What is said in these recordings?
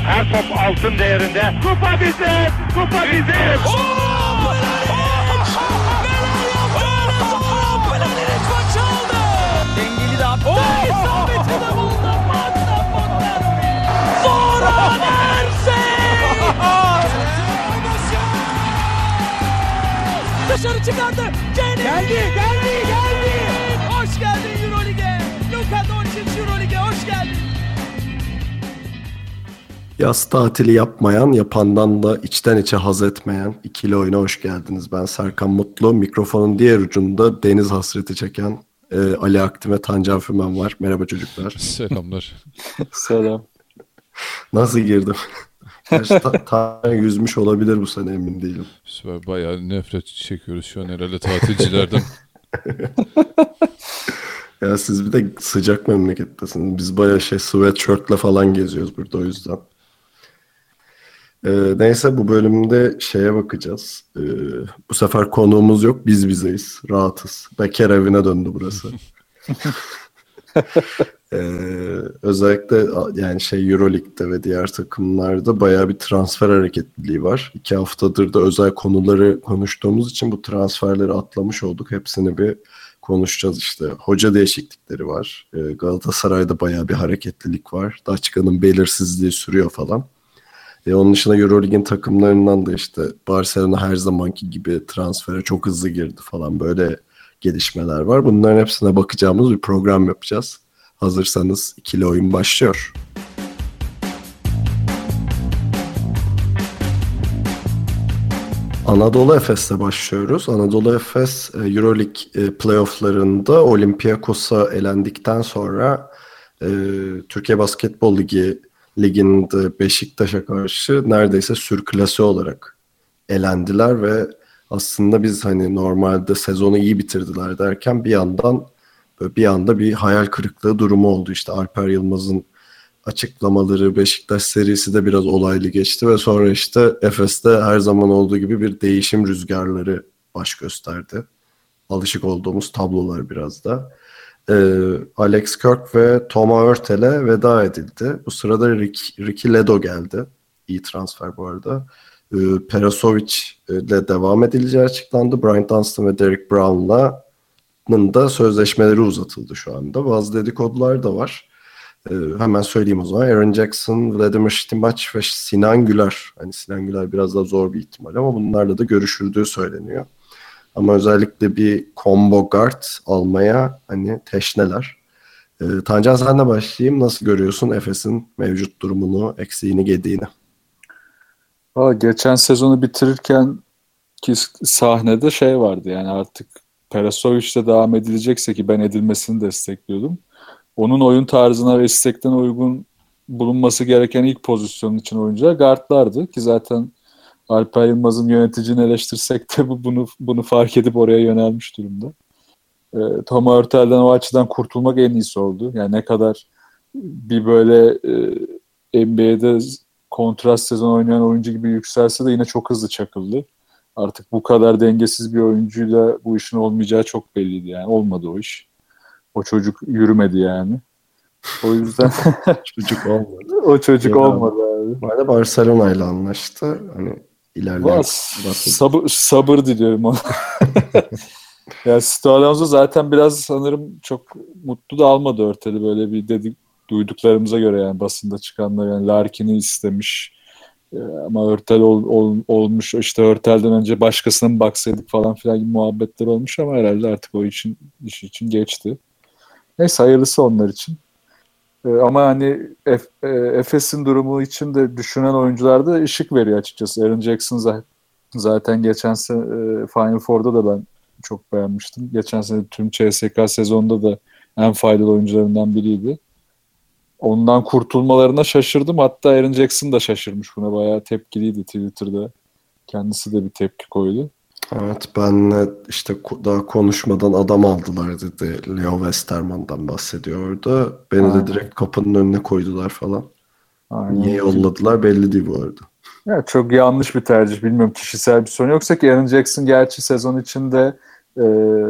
Her top altın değerinde. Kupa bizim! Kupa bizim! Maç aldı. Dengeli de attı. İsabeti de buldu. Sonra dışarı çıkardı. Geldi. Hoş geldin Euroleague'e. Luka Doncic Euroleague'e hoş geldin. Yaz tatili yapmayan, yapandan da içten içe haz etmeyen ikili oyuna hoş geldiniz. Ben Serkan Mutlu, mikrofonun diğer ucunda deniz hasreti çeken Ali Aktin ve Tancan Fümen var. Merhaba çocuklar. Selamlar. Selam. Nasıl girdim? Gerçi yüzmüş olabilir bu sene, emin değilim. Süper, bayağı nefret çekiyoruz şu an herhalde tatilcilerden. Ya siz bir de sıcak memlekettesiniz. Biz bayağı sweatshirtle falan geziyoruz burada, o yüzden. Neyse, bu bölümde şeye bakacağız. Bu sefer konuğumuz yok. Biz bizeyiz. Rahatız. Bekar evine döndü burası. Özellikle yani Euroleague'de ve diğer takımlarda bayağı bir transfer hareketliliği var. 2 haftadır da özel konuları konuştuğumuz için bu transferleri atlamış olduk. Hepsini bir konuşacağız işte. Hoca değişiklikleri var. Galatasaray'da bayağı bir hareketlilik var. Daçka'nın belirsizliği sürüyor falan. Onun dışında Euroleague'in takımlarından da işte Barcelona her zamanki gibi transfere çok hızlı girdi falan, böyle gelişmeler var. Bunların hepsine bakacağımız bir program yapacağız. Hazırsanız ikili oyun başlıyor. Anadolu Efes'le başlıyoruz. Anadolu Efes Euroleague playofflarında Olympiakos'a elendikten sonra Türkiye Basketbol Ligi'nde Beşiktaş'a karşı neredeyse sürklase olarak elendiler ve aslında biz hani normalde sezonu iyi bitirdiler derken bir anda bir hayal kırıklığı durumu oldu. İşte Alper Yılmaz'ın açıklamaları, Beşiktaş serisi de biraz olaylı geçti ve sonra işte Efes'te her zaman olduğu gibi bir değişim rüzgarları baş gösterdi. Alışık olduğumuz tablolar biraz da. Alex Kirk ve Toma Örtel'e veda edildi. Bu sırada Ricky Ledo geldi. İyi transfer bu arada. Perasovic ile devam edileceği açıklandı. Brian Dunstan ve Derrick Brown'la da sözleşmeleri uzatıldı şu anda. Bazı dedikodular da var. Hemen söyleyeyim o zaman. Aaron Jackson, Vladimir Stimac ve Sinan Güler. Hani Sinan Güler biraz daha zor bir ihtimal ama bunlarla da görüşüldüğü söyleniyor. Ama özellikle bir combo guard almaya hani teşneler. Tancan, senle başlayayım. Nasıl görüyorsun Efes'in mevcut durumunu, eksiğini, gediğini? Geçen sezonu bitirirken ki sahnede vardı, yani artık Perasovic'le devam edilecekse, ki ben edilmesini destekliyordum. Onun oyun tarzına ve istekten uygun bulunması gereken ilk pozisyonun için oyuncular guardlardı ki zaten Alper Yılmaz'ın yöneticini eleştirsek de bunu fark edip oraya yönelmiş durumda. Toma Örtel'den o açıdan kurtulmak en iyisi oldu. Yani ne kadar bir böyle NBA'de kontrast sezon oynayan oyuncu gibi yükselse de yine çok hızlı çakıldı. Artık bu kadar dengesiz bir oyuncuyla bu işin olmayacağı çok belliydi yani. Olmadı o iş. O çocuk yürümedi yani. O yüzden Çocuk olmadı. o çocuk olmadı abi. Bu arada Barcelona ile anlaştı. Hani ilerleyen sabır diliyorum ona. Ya Sito Alonso zaten biraz sanırım çok mutlu da almadı Örtel'i, böyle bir duyduklarımıza göre, yani basında çıkanlar, yani Larkin'i istemiş ama Örtel olmuş, işte Örtel'den önce başkasına mı baksaydık falan filan gibi muhabbetler olmuş ama herhalde artık o iş için geçti. Neyse, hayırlısı onlar için. Ama hani Efes'in durumu için de düşünen oyuncular da ışık veriyor açıkçası. Aaron Jackson zaten geçen sene Final Four'da da ben çok beğenmiştim. Geçen sene tüm CSK sezonunda da en faydalı oyuncularından biriydi. Ondan kurtulmalarına şaşırdım. Hatta Aaron Jackson da şaşırmış buna. Bayağı tepkiliydi Twitter'da. Kendisi de bir tepki koydu. Evet, benle işte daha konuşmadan adam aldılar dedi. Leo Westerman'dan bahsediyordu. Beni de direkt kapının önüne koydular falan. Aynen. Niye yolladılar belli değil bu arada. Ya çok yanlış bir tercih. Bilmiyorum, kişisel bir sorun yoksa ki Aaron Jackson gerçi sezon içinde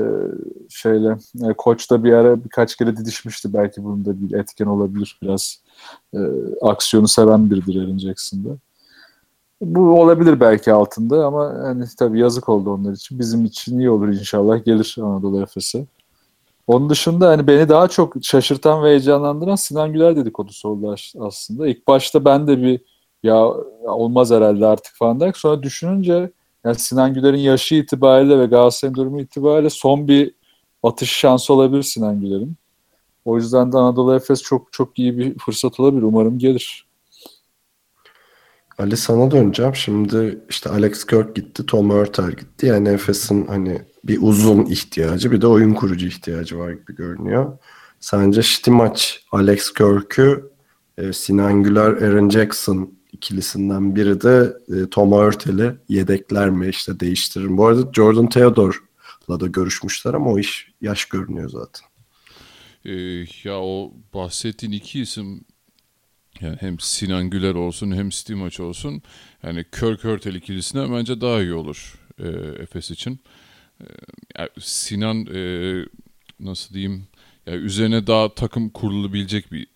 koçla bir ara birkaç kere didişmişti. Belki bunun da bir etken olabilir biraz. aksiyonu seven biridir Aaron Jackson'da. Bu olabilir belki altında ama hani tabii yazık oldu onlar için. Bizim için iyi olur inşallah, gelir Anadolu Efes'e. Onun dışında hani beni daha çok şaşırtan ve heyecanlandıran Sinan Güler dedikodusu oldu aslında. İlk başta ben de bir ya olmaz herhalde artık falan derken sonra düşününce yani Sinan Güler'in yaşı itibariyle ve Galatasaray'ın durumu itibariyle son bir atış şansı olabilir Sinan Güler'in. O yüzden de Anadolu Efes çok çok iyi bir fırsat olabilir. Umarım gelir. Ali, sana döneceğim. Şimdi işte Alex Kirk gitti, Tom Hurtel gitti. Yani Efes'in hani bir uzun ihtiyacı, bir de oyun kurucu ihtiyacı var gibi görünüyor. Sence Stimac, Alex Kirk'ü, Sinan Güler, Aaron Jackson ikilisinden biri de Tom Hurtel'i yedekler mi, işte değiştirir mi? Bu arada Jordan Theodore'la da görüşmüşler ama o iş yaş görünüyor zaten. Ya o bahsettiğin iki isim, yani hem Sinan Güler olsun hem Stimac olsun, yani Kirk Hurtel ikilisine bence daha iyi olur Efes için. Yani Sinan nasıl diyeyim, yani üzerine daha takım kurulabilecek bir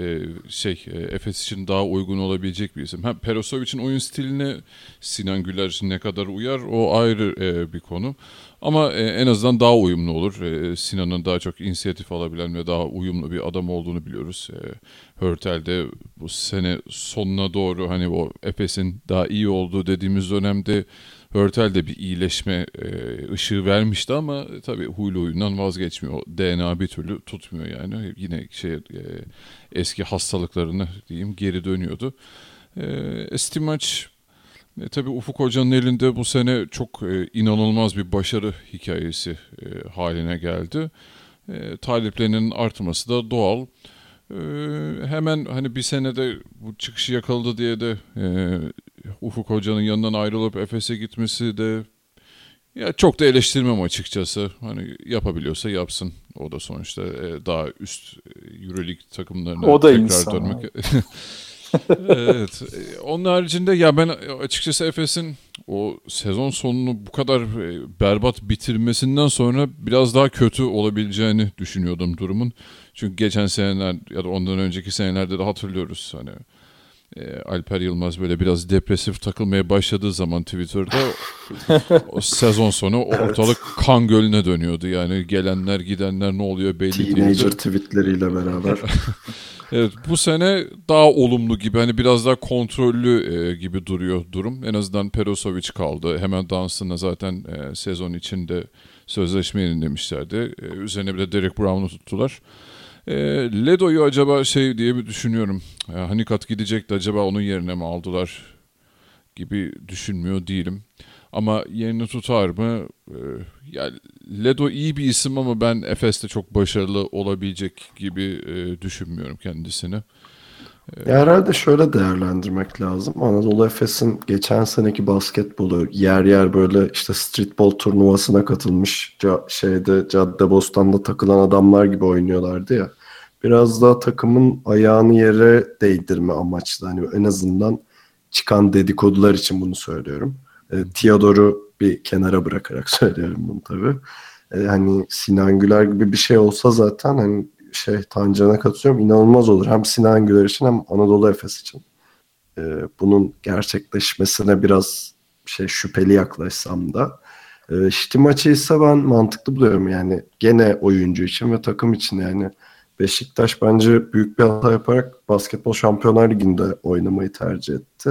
Efes için daha uygun olabilecek bir isim. Perosovic'in oyun stiline Sinan Güler ne kadar uyar o ayrı bir konu. Ama en azından daha uyumlu olur. Sinan'ın daha çok inisiyatif alabilen ve daha uyumlu bir adam olduğunu biliyoruz. Hurtel'de bu sene sonuna doğru hani o Efes'in daha iyi olduğu dediğimiz dönemde Hurtel bir iyileşme ışığı vermişti ama tabii huylu huyundan vazgeçmiyor. O DNA bir türlü tutmuyor yani. Yine eski hastalıklarını diyeyim geri dönüyordu. Stimac tabii Ufuk Hoca'nın elinde bu sene çok inanılmaz bir başarı hikayesi haline geldi. Taliplerinin artması da doğal. Hemen hani bir senede bu çıkışı yakaladı diye de Ufuk Hoca'nın yanından ayrılıp Efes'e gitmesi de ya çok da eleştirmem açıkçası. Hani yapabiliyorsa yapsın. O da sonuçta daha üst EuroLeague takımlarına o da tekrar insan, dönmek. Evet. Onun haricinde ya ben açıkçası Efes'in o sezon sonunu bu kadar berbat bitirmesinden sonra biraz daha kötü olabileceğini düşünüyordum durumun. Çünkü geçen seneler ya da ondan önceki senelerde de hatırlıyoruz hani Alper Yılmaz böyle biraz depresif takılmaya başladığı zaman Twitter'da o sezon sonu ortalık kan gölüne dönüyordu. Yani gelenler gidenler ne oluyor belli değildi. Teenager tweetleriyle beraber. Evet, bu sene daha olumlu gibi, hani biraz daha kontrollü gibi duruyor durum. En azından Perosovic kaldı. Hemen Dunstan'a zaten sezon içinde sözleşme yenilemişlerdi. Üzerine bir de Derek Brown'u tuttular. Ledo'yu acaba diye bir düşünüyorum. Hanikat gidecekti, acaba onun yerine mi aldılar gibi düşünmüyor değilim. Ama yerini tutar mı? Yani Ledo iyi bir isim ama ben Efes'te çok başarılı olabilecek gibi düşünmüyorum kendisini. Ya herhalde şöyle değerlendirmek lazım. Anadolu Efes'in geçen seneki basketbolu yer yer böyle işte streetball turnuvasına katılmış Caddebostan'da takılan adamlar gibi oynuyorlardı ya. Biraz daha takımın ayağını yere değdirme amaçlı. Hani en azından çıkan dedikodular için bunu söylüyorum. Theodore'u bir kenara bırakarak söylüyorum bunu tabii. Hani Sinan Güler gibi bir şey olsa zaten hani Tancan'a katılıyorum, inanılmaz olur. Hem Sinan Güler için hem Anadolu Efes için. Bunun gerçekleşmesine biraz şüpheli yaklaşsam da. Maçı ise ben mantıklı buluyorum yani. Gene oyuncu için ve takım için yani. Beşiktaş bence büyük bir hata yaparak Basketbol Şampiyonlar Ligi'nde oynamayı tercih etti.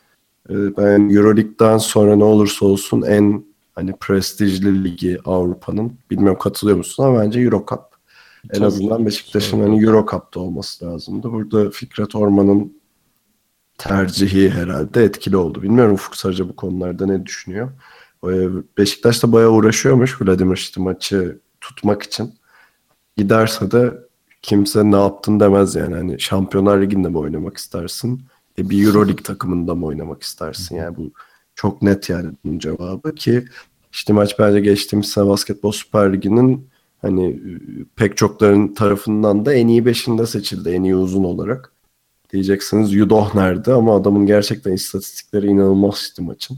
Ben EuroLeague'den sonra ne olursa olsun en hani prestijli ligi Avrupa'nın, bilmiyorum katılıyor musun ama bence Euro Cup. En azından Beşiktaş'ın hani Euro Cup'ta olması lazımdı. Burada Fikret Orman'ın tercihi herhalde etkili oldu. Bilmiyorum Ufuk Sarıca bu konularda ne düşünüyor. Beşiktaş da bayağı uğraşıyormuş Vladimir Stimaç'ı tutmak için. Giderse de kimse ne yaptın demez yani. Hani Şampiyonlar Ligi'nde mi oynamak istersin? Bir EuroLeague takımında mı oynamak istersin? Yani bu çok net yani bunun cevabı ki Stimaç bence geçtiğimiz sene Basketbol Süper Ligi'nin hani pek çokların tarafından da en iyi 5'inde seçildi, en iyi uzun olarak. Diyeceksiniz Yudoh nerede ama adamın gerçekten istatistikleri inanılmaz Stimaç'ın.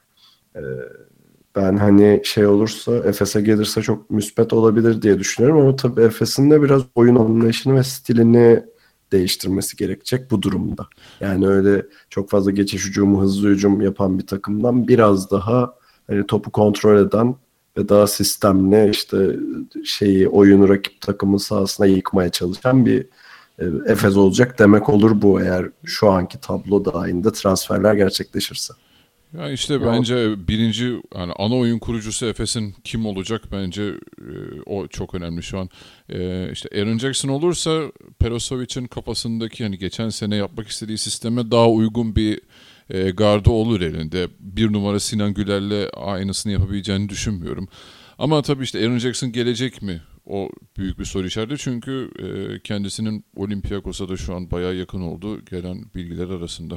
Ben hani olursa Efes'e gelirse çok müspet olabilir diye düşünüyorum ama tabii Efes'in de biraz oyun anlayışını ve stilini değiştirmesi gerekecek bu durumda. Yani öyle çok fazla geçiş hücumu, hızlı hücum yapan bir takımdan biraz daha hani topu kontrol eden ve daha sistemli işte oyunu rakip takımın sahasına yıkmaya çalışan bir Efes olacak demek olur bu, eğer şu anki tablo dahilinde transferler gerçekleşirse. Ya işte bence birinci yani ana oyun kurucusu Efes'in kim olacak, bence o çok önemli şu an. İşte Aaron Jackson olursa Perosovic'in kafasındaki hani geçen sene yapmak istediği sisteme daha uygun bir gardı olur elinde. Bir numara Sinan Güler'le aynısını yapabileceğini düşünmüyorum. Ama tabii işte Aaron Jackson gelecek mi? O büyük bir soru işareti, çünkü kendisinin Olympiakos'a da şu an bayağı yakın olduğu gelen bilgiler arasında.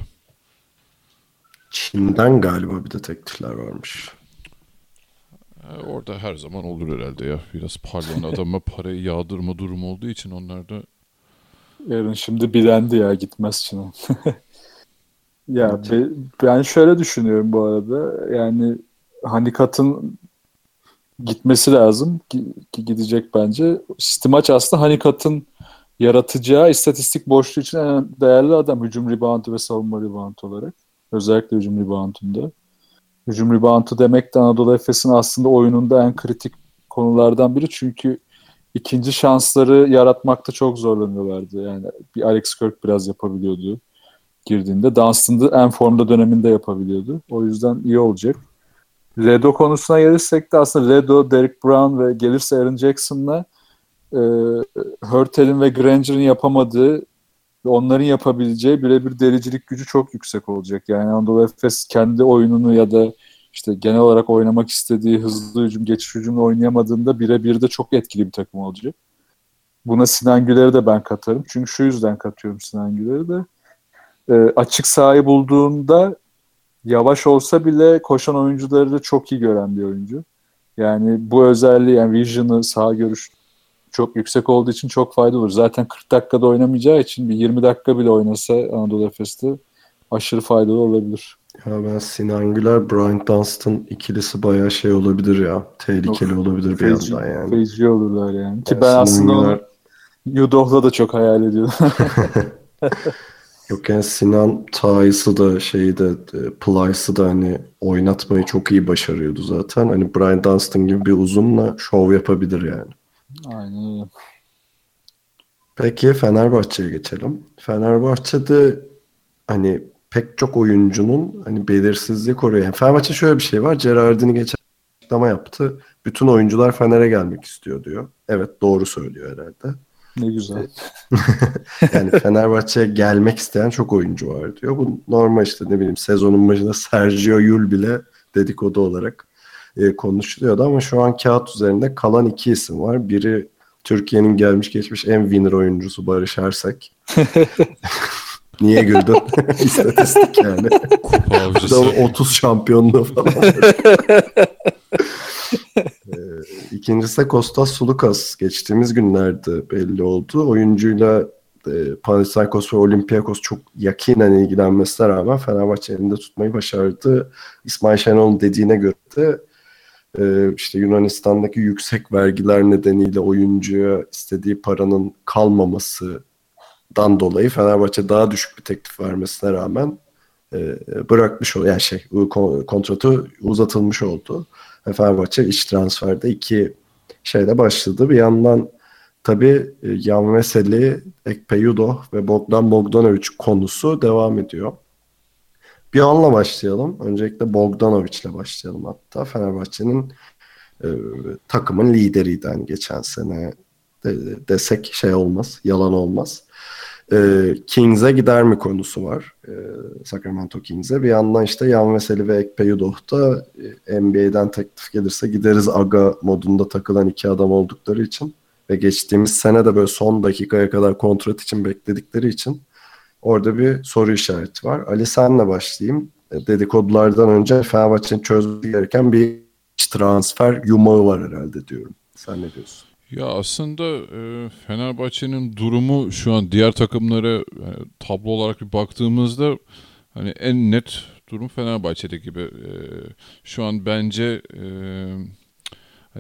Çin'den galiba bir de teklifler varmış. Orada her zaman olur herhalde ya. Biraz parlayan adama parayı yağdırma durumu olduğu için onlar da... Yarın şimdi bilendi ya, gitmez Çin'e. Ya ben şöyle düşünüyorum bu arada. Yani Hanikat'ın gitmesi lazım ki gidecek bence. Stimac aslında Hanikat'ın yaratacağı istatistik boşluğu için en değerli adam. Hücum reboundu ve savunma reboundu olarak. Özellikle hücum reboundunda. Hücum reboundu demek de Anadolu Efes'in aslında oyununda en kritik konulardan biri. Çünkü ikinci şansları yaratmakta çok zorlanıyorlardı. Yani bir Alex Kirk biraz yapabiliyordu girdiğinde. Dunstan'da en formda döneminde yapabiliyordu. O yüzden iyi olacak. Redo konusuna gelirsek de aslında Redo, Derrick Brown ve gelirse Aaron Jackson'la Hurtel'in ve Granger'ın yapamadığı ve onların yapabileceği birebir dericilik gücü çok yüksek olacak. Yani Anadolu Efes kendi oyununu ya da işte genel olarak oynamak istediği hızlı hücum, geçiş hücumla oynayamadığında birebir de çok etkili bir takım olacak. Buna Sinan Güler'i de ben katarım. Çünkü şu yüzden katıyorum Sinan Güler'i de. Açık sahayı bulduğunda yavaş olsa bile koşan oyuncuları da çok iyi gören bir oyuncu. Yani bu özelliği, yani vision'ı, saha görüş çok yüksek olduğu için çok faydalı olur. Zaten 40 dakikada oynamayacağı için bir 20 dakika bile oynasa Anadolu Efes'te aşırı faydalı olabilir. Ya ben Sinan Güler, Brian Dunstan ikilisi bayağı olabilir ya. Tehlikeli olabilir bir yandan yani. Feci olurlar yani. Ki Yani ben Sinan aslında Güler... onu Udah'la da çok hayal ediyorum. Yok yani Sinan Tayıs'ı da Plyce'ı da hani oynatmayı çok iyi başarıyordu zaten. Hani Brian Dunstan gibi bir uzunla şov yapabilir yani. Aynen öyle. Peki Fenerbahçe'ye geçelim. Fenerbahçe'de hani pek çok oyuncunun hani belirsizliği koruyor. Yani Fenerbahçe şöyle bir şey var. Gerardini geçen açıklama yaptı. Bütün oyuncular Fener'e gelmek istiyor diyor. Evet, doğru söylüyor herhalde. Ne güzel. Yani Fenerbahçe'ye gelmek isteyen çok oyuncu var diyor. Bu normal, işte ne bileyim sezonun başında Sergio Yul bile dedikodu olarak konuşuluyordu ama şu an kağıt üzerinde kalan iki isim var. Biri Türkiye'nin gelmiş geçmiş en winner oyuncusu Barış Ersek. Niye güldün? İstatistik yani. Kupa avcısı. 30 şampiyonluğu falan. İkincisi de Kostas Sulukas. Geçtiğimiz günlerde belli oldu. Oyuncuyla Panathinaikos ve Olympiakos çok yakinen ilgilenmesine rağmen Fenerbahçe elinde tutmayı başardı. İsmail Şenol'un dediğine göre de işte Yunanistan'daki yüksek vergiler nedeniyle oyuncuya istediği paranın kalmamasından dolayı Fenerbahçe daha düşük bir teklif vermesine rağmen bırakmış oldu. Yani kontratı uzatılmış oldu. Fenerbahçe iç transferde iki başladı. Bir yandan tabii Yan Veseli, Ekpe Udoh ve Bogdan Bogdanovic konusu devam ediyor. Bir anla başlayalım. Öncelikle Bogdanovic'le başlayalım hatta. Fenerbahçe'nin takımın lideriydi hani geçen sene desek olmaz, yalan olmaz. Kings'e gider mi konusu var. Sacramento Kings'e. Bir yandan işte Yan Veseli ve Ekpe Udoh da NBA'den teklif gelirse gideriz aga modunda takılan iki adam oldukları için ve geçtiğimiz sene de böyle son dakikaya kadar kontrat için bekledikleri için orada bir soru işareti var. Ali, senle başlayayım. Dedikodulardan önce Fenerbahçe'nin çözmesi gereken bir transfer yumağı var herhalde diyorum. Sen ne diyorsun? Ya aslında Fenerbahçe'nin durumu şu an diğer takımlara tablo olarak bir baktığımızda hani en net durum Fenerbahçe'de gibi. Şu an bence hani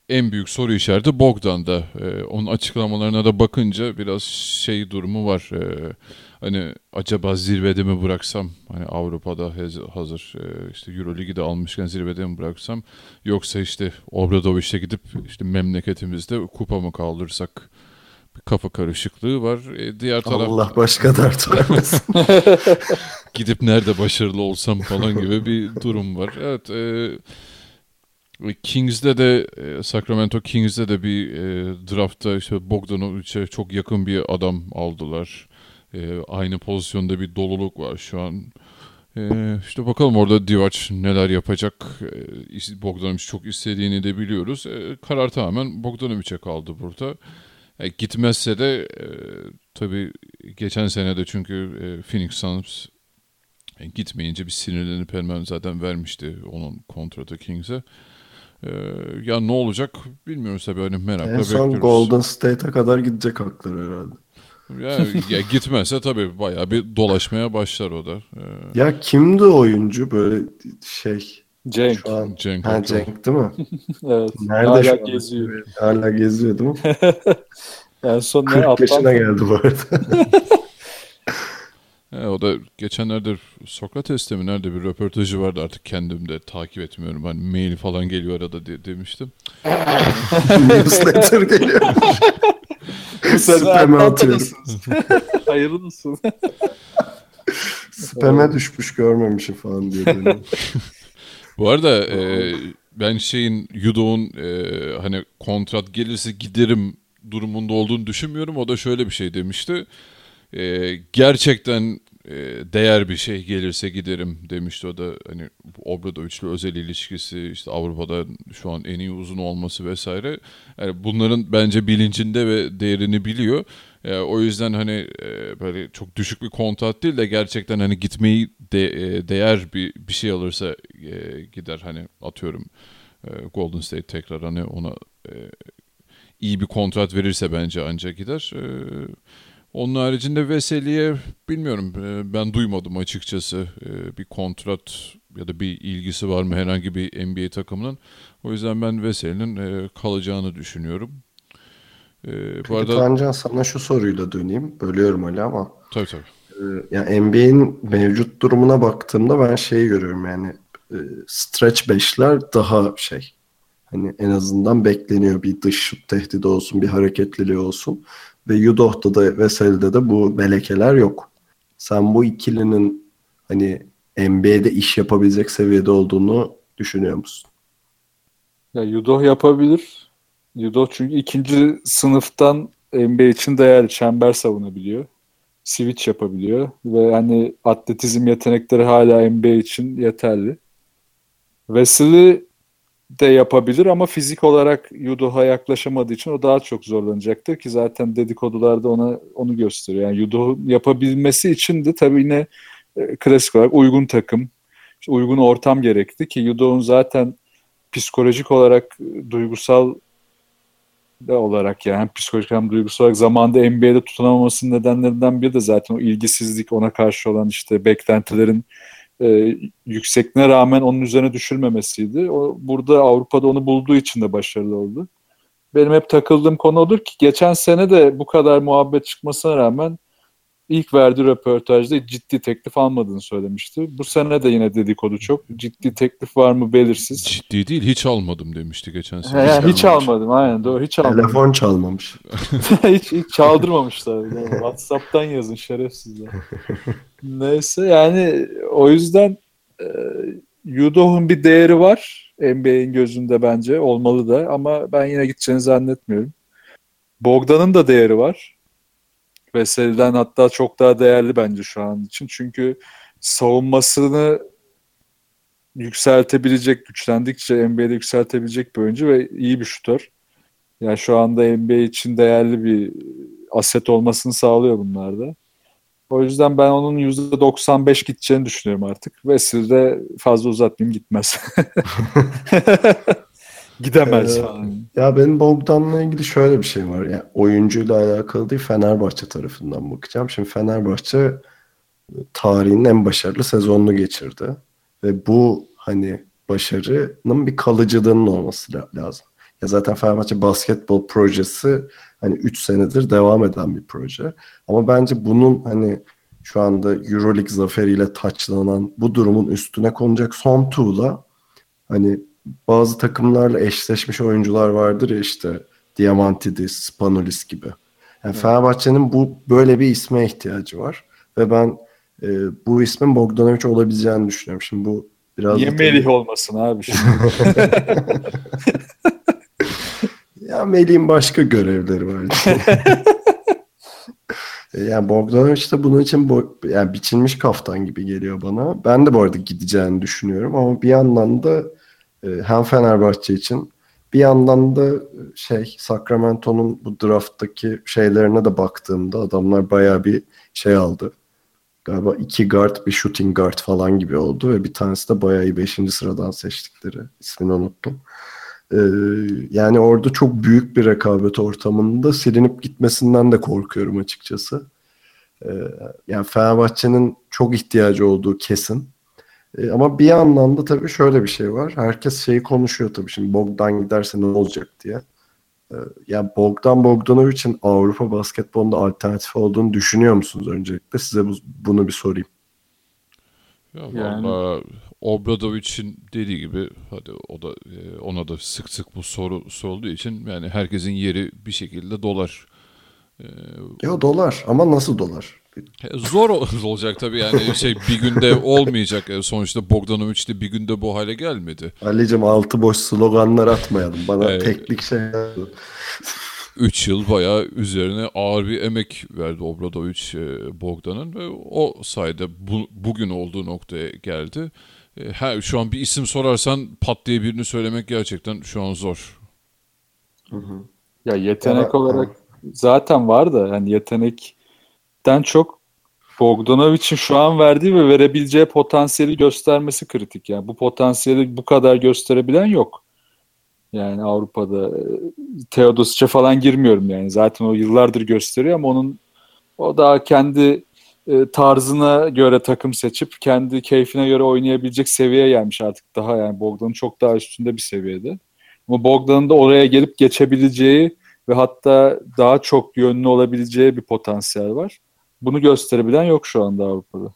en büyük soru işareti Bogdan'da. Onun açıklamalarına da bakınca biraz durumu var. Hani acaba zirvede mi bıraksam? Hani Avrupa'da hazır işte Euroligi de almışken zirvede mi bıraksam? Yoksa işte Obradoviç'te gidip işte memleketimizde kupa mı kaldırsak? Bir kafa karışıklığı var. Diğer taraf Allah başka dert vermesin. gidip nerede başarılı olsam falan gibi bir durum var. Evet. Kings'de de Sacramento Kings'de de bir draftta işte Bogdanovic'e çok yakın bir adam aldılar. Aynı pozisyonda bir doluluk var şu an. İşte bakalım orada Divac neler yapacak. Bogdanovic çok istediğini de biliyoruz. Karar tamamen Bogdanovic'e kaldı burada. Gitmezse de tabii geçen sene de çünkü Phoenix Suns gitmeyince bir sinirlenip hemen zaten vermişti onun kontratı Kings'e. Ya ne olacak bilmiyoruz tabii, hani merakla En son bekliyoruz. Golden State'e kadar gidecek hakları herhalde. Ya gitmezse tabii bayağı bir dolaşmaya başlar o da. Ya kimdi o oyuncu böyle Cenk. şu an? Cenk Ha, Akın. Cenk değil mi? Evet. Nerede Hala şu an? geziyor. Hala geziyor değil mi? En son 40 yaşına geldi bu arada. O da geçenlerde Sokrates'te mi nerede bir röportajı vardı, artık kendim de takip etmiyorum. Hani mail falan geliyor arada demiştim. Newsletter geliyor. Spam'e atıyorum. Hayırlı olsun. Spam'e düşmüş görmemişim falan diye. Böyle. Bu arada ben Yudo'nun hani kontrat gelirse giderim durumunda olduğunu düşünmüyorum. O da şöyle bir şey demişti. Gerçekten değer bir şey gelirse giderim demişti. O da hani Obradovic'le özel ilişkisi, işte Avrupa'da şu an en iyi uzun olması vesaire. Yani bunların bence bilincinde ve değerini biliyor. O yüzden hani böyle çok düşük bir kontrat değil de gerçekten hani gitmeyi değer bir şey alırsa gider. Hani atıyorum Golden State tekrar hani ona iyi bir kontrat verirse bence ancak gider. Onun haricinde Veseli'ye bilmiyorum, ben duymadım açıkçası bir kontrat ya da bir ilgisi var mı herhangi bir NBA takımının. O yüzden ben Veseli'nin kalacağını düşünüyorum. Bu Peki arada Tancan, sana şu soruyla döneyim. Bölüyorum öyle ama. tabii tabii. Yani NBA'in mevcut durumuna baktığımda ben şeyi görüyorum, yani stretch beşler daha hani en azından bekleniyor, bir dış şut tehdidi olsun, bir hareketliliği olsun. Ve Udoh'ta da Veseli'de de bu melekeler yok. Sen bu ikilinin hani NBA'de iş yapabilecek seviyede olduğunu düşünüyor musun? Ya Yudoh yapabilir. Yudoh çünkü ikinci sınıftan NBA için değerli, çember savunabiliyor. Switch yapabiliyor ve hani atletizm yetenekleri hala NBA için yeterli. Veseli de yapabilir ama fizik olarak Yudoh'a yaklaşamadığı için o daha çok zorlanacaktır ki zaten dedikodularda onu gösteriyor. Yani Yudoh'un yapabilmesi için de tabii yine klasik olarak uygun takım, işte uygun ortam gerekti ki Yudoh'un zaten psikolojik olarak, duygusal olarak, yani hem psikolojik hem duygusal olarak zamanında NBA'de tutunamamasının nedenlerinden biri de zaten o ilgisizlik, ona karşı olan işte beklentilerin yüksekliğine rağmen onun üzerine düşürmemesiydi. O burada Avrupa'da onu bulduğu için de başarılı oldu. Benim hep takıldığım konu odur ki geçen sene de bu kadar muhabbet çıkmasına rağmen ilk verdiği röportajda ciddi teklif almadığını söylemişti. Bu sene de yine dedikodu çok. Ciddi teklif var mı belirsiz. Ciddi değil, hiç almadım demişti geçen sene. Hiç almadım, aynen doğru, hiç almadım. Telefon çalmamış. hiç çaldırmamışlar. Yani WhatsApp'tan yazın şerefsizler. Neyse, yani o yüzden Yudoh'un bir değeri var NBA'in gözünde, bence olmalı da, ama ben yine gideceğini zannetmiyorum. Bogdan'ın da değeri var. Veseli'den hatta çok daha değerli bence şu an için. Çünkü savunmasını yükseltebilecek, güçlendikçe NBA'de yükseltebilecek bir oyuncu ve iyi bir şutör. Yani şu anda NBA için değerli bir aset olmasını sağlıyor bunlar da. O yüzden ben onun %95 gideceğini düşünüyorum artık. Veseli de fazla uzatmayayım, gitmez. Gidemez falan. Ya benim Bogdan'la ilgili şöyle bir şey var. Yani oyuncuyla alakalı değil, Fenerbahçe tarafından bakacağım. Şimdi Fenerbahçe tarihinin en başarılı sezonunu geçirdi. Ve bu hani başarının bir kalıcılığının olması lazım. Ya zaten Fenerbahçe basketbol projesi hani 3 senedir devam eden bir proje. Ama bence bunun hani şu anda EuroLeague zaferiyle taçlanan bu durumun üstüne konacak son tuğla, hani bazı takımlarla eşleşmiş oyuncular vardır ya, işte Diamantidis, Spanoulis gibi. Yani Fenerbahçe'nin böyle bir isme ihtiyacı var ve ben bu ismin Bogdanovic olabileceğini düşünüyorum. Şimdi bu biraz Niye da Melih olmasın abi şimdi? ya Melih'in başka görevleri var. Yani Bogdanovic de bunun için yani biçilmiş kaftan gibi geliyor bana. Ben de bu arada gideceğini düşünüyorum ama bir yandan da hem Fenerbahçe için, bir yandan da Sacramento'nun bu drafttaki şeylerine de baktığımda adamlar bayağı bir şey aldı. Galiba 2 guard, bir shooting guard falan gibi oldu ve bir tanesi de bayağı iyi 5. sıradan seçtikleri. İsmini unuttum. Yani orada çok büyük bir rekabet ortamında silinip gitmesinden de korkuyorum açıkçası. Yani Fenerbahçe'nin çok ihtiyacı olduğu kesin. Ama bir yandan da tabii şöyle bir şey var. Herkes şeyi konuşuyor tabii, şimdi Bogdan giderse ne olacak diye. Yani Bogdanovic'in Avrupa basketbolunda alternatif olduğunu düşünüyor musunuz öncelikle? Size bunu bir sorayım. Ya Yani- valla Obradovic'in dediği gibi, hadi o da ona da sık sık bu soru sorulduğu için yani herkesin yeri bir şekilde dolar. Ya dolar ama nasıl dolar? Zor olacak tabii yani bir günde olmayacak. Sonuçta Bogdanovic de bir günde bu hale gelmedi. Ali'cim altı boş sloganlar atmayalım. Bana Evet. teknik şey. 3 yıl bayağı üzerine ağır bir emek verdi Obradovic Bogdan'ın ve o sayede bugün olduğu noktaya geldi. Şu an bir isim sorarsan pat diye birini söylemek gerçekten şu an zor. Ya yetenek Ama- olarak zaten var da hani yetenekten çok Bogdanovic'in şu an verdiği ve verebileceği potansiyeli göstermesi kritik. Yani bu potansiyeli bu kadar gösterebilen yok. Yani Avrupa'da Teodosic'e falan girmiyorum yani. Zaten o yıllardır gösteriyor ama o daha kendi tarzına göre takım seçip kendi keyfine göre oynayabilecek seviyeye gelmiş artık daha, yani Bogdan'ın çok daha üstünde bir seviyede. Ama Bogdan'ın da oraya gelip geçebileceği ve hatta daha çok yönlü olabileceği bir potansiyel var. Bunu gösterebilen yok şu anda Avrupa'da.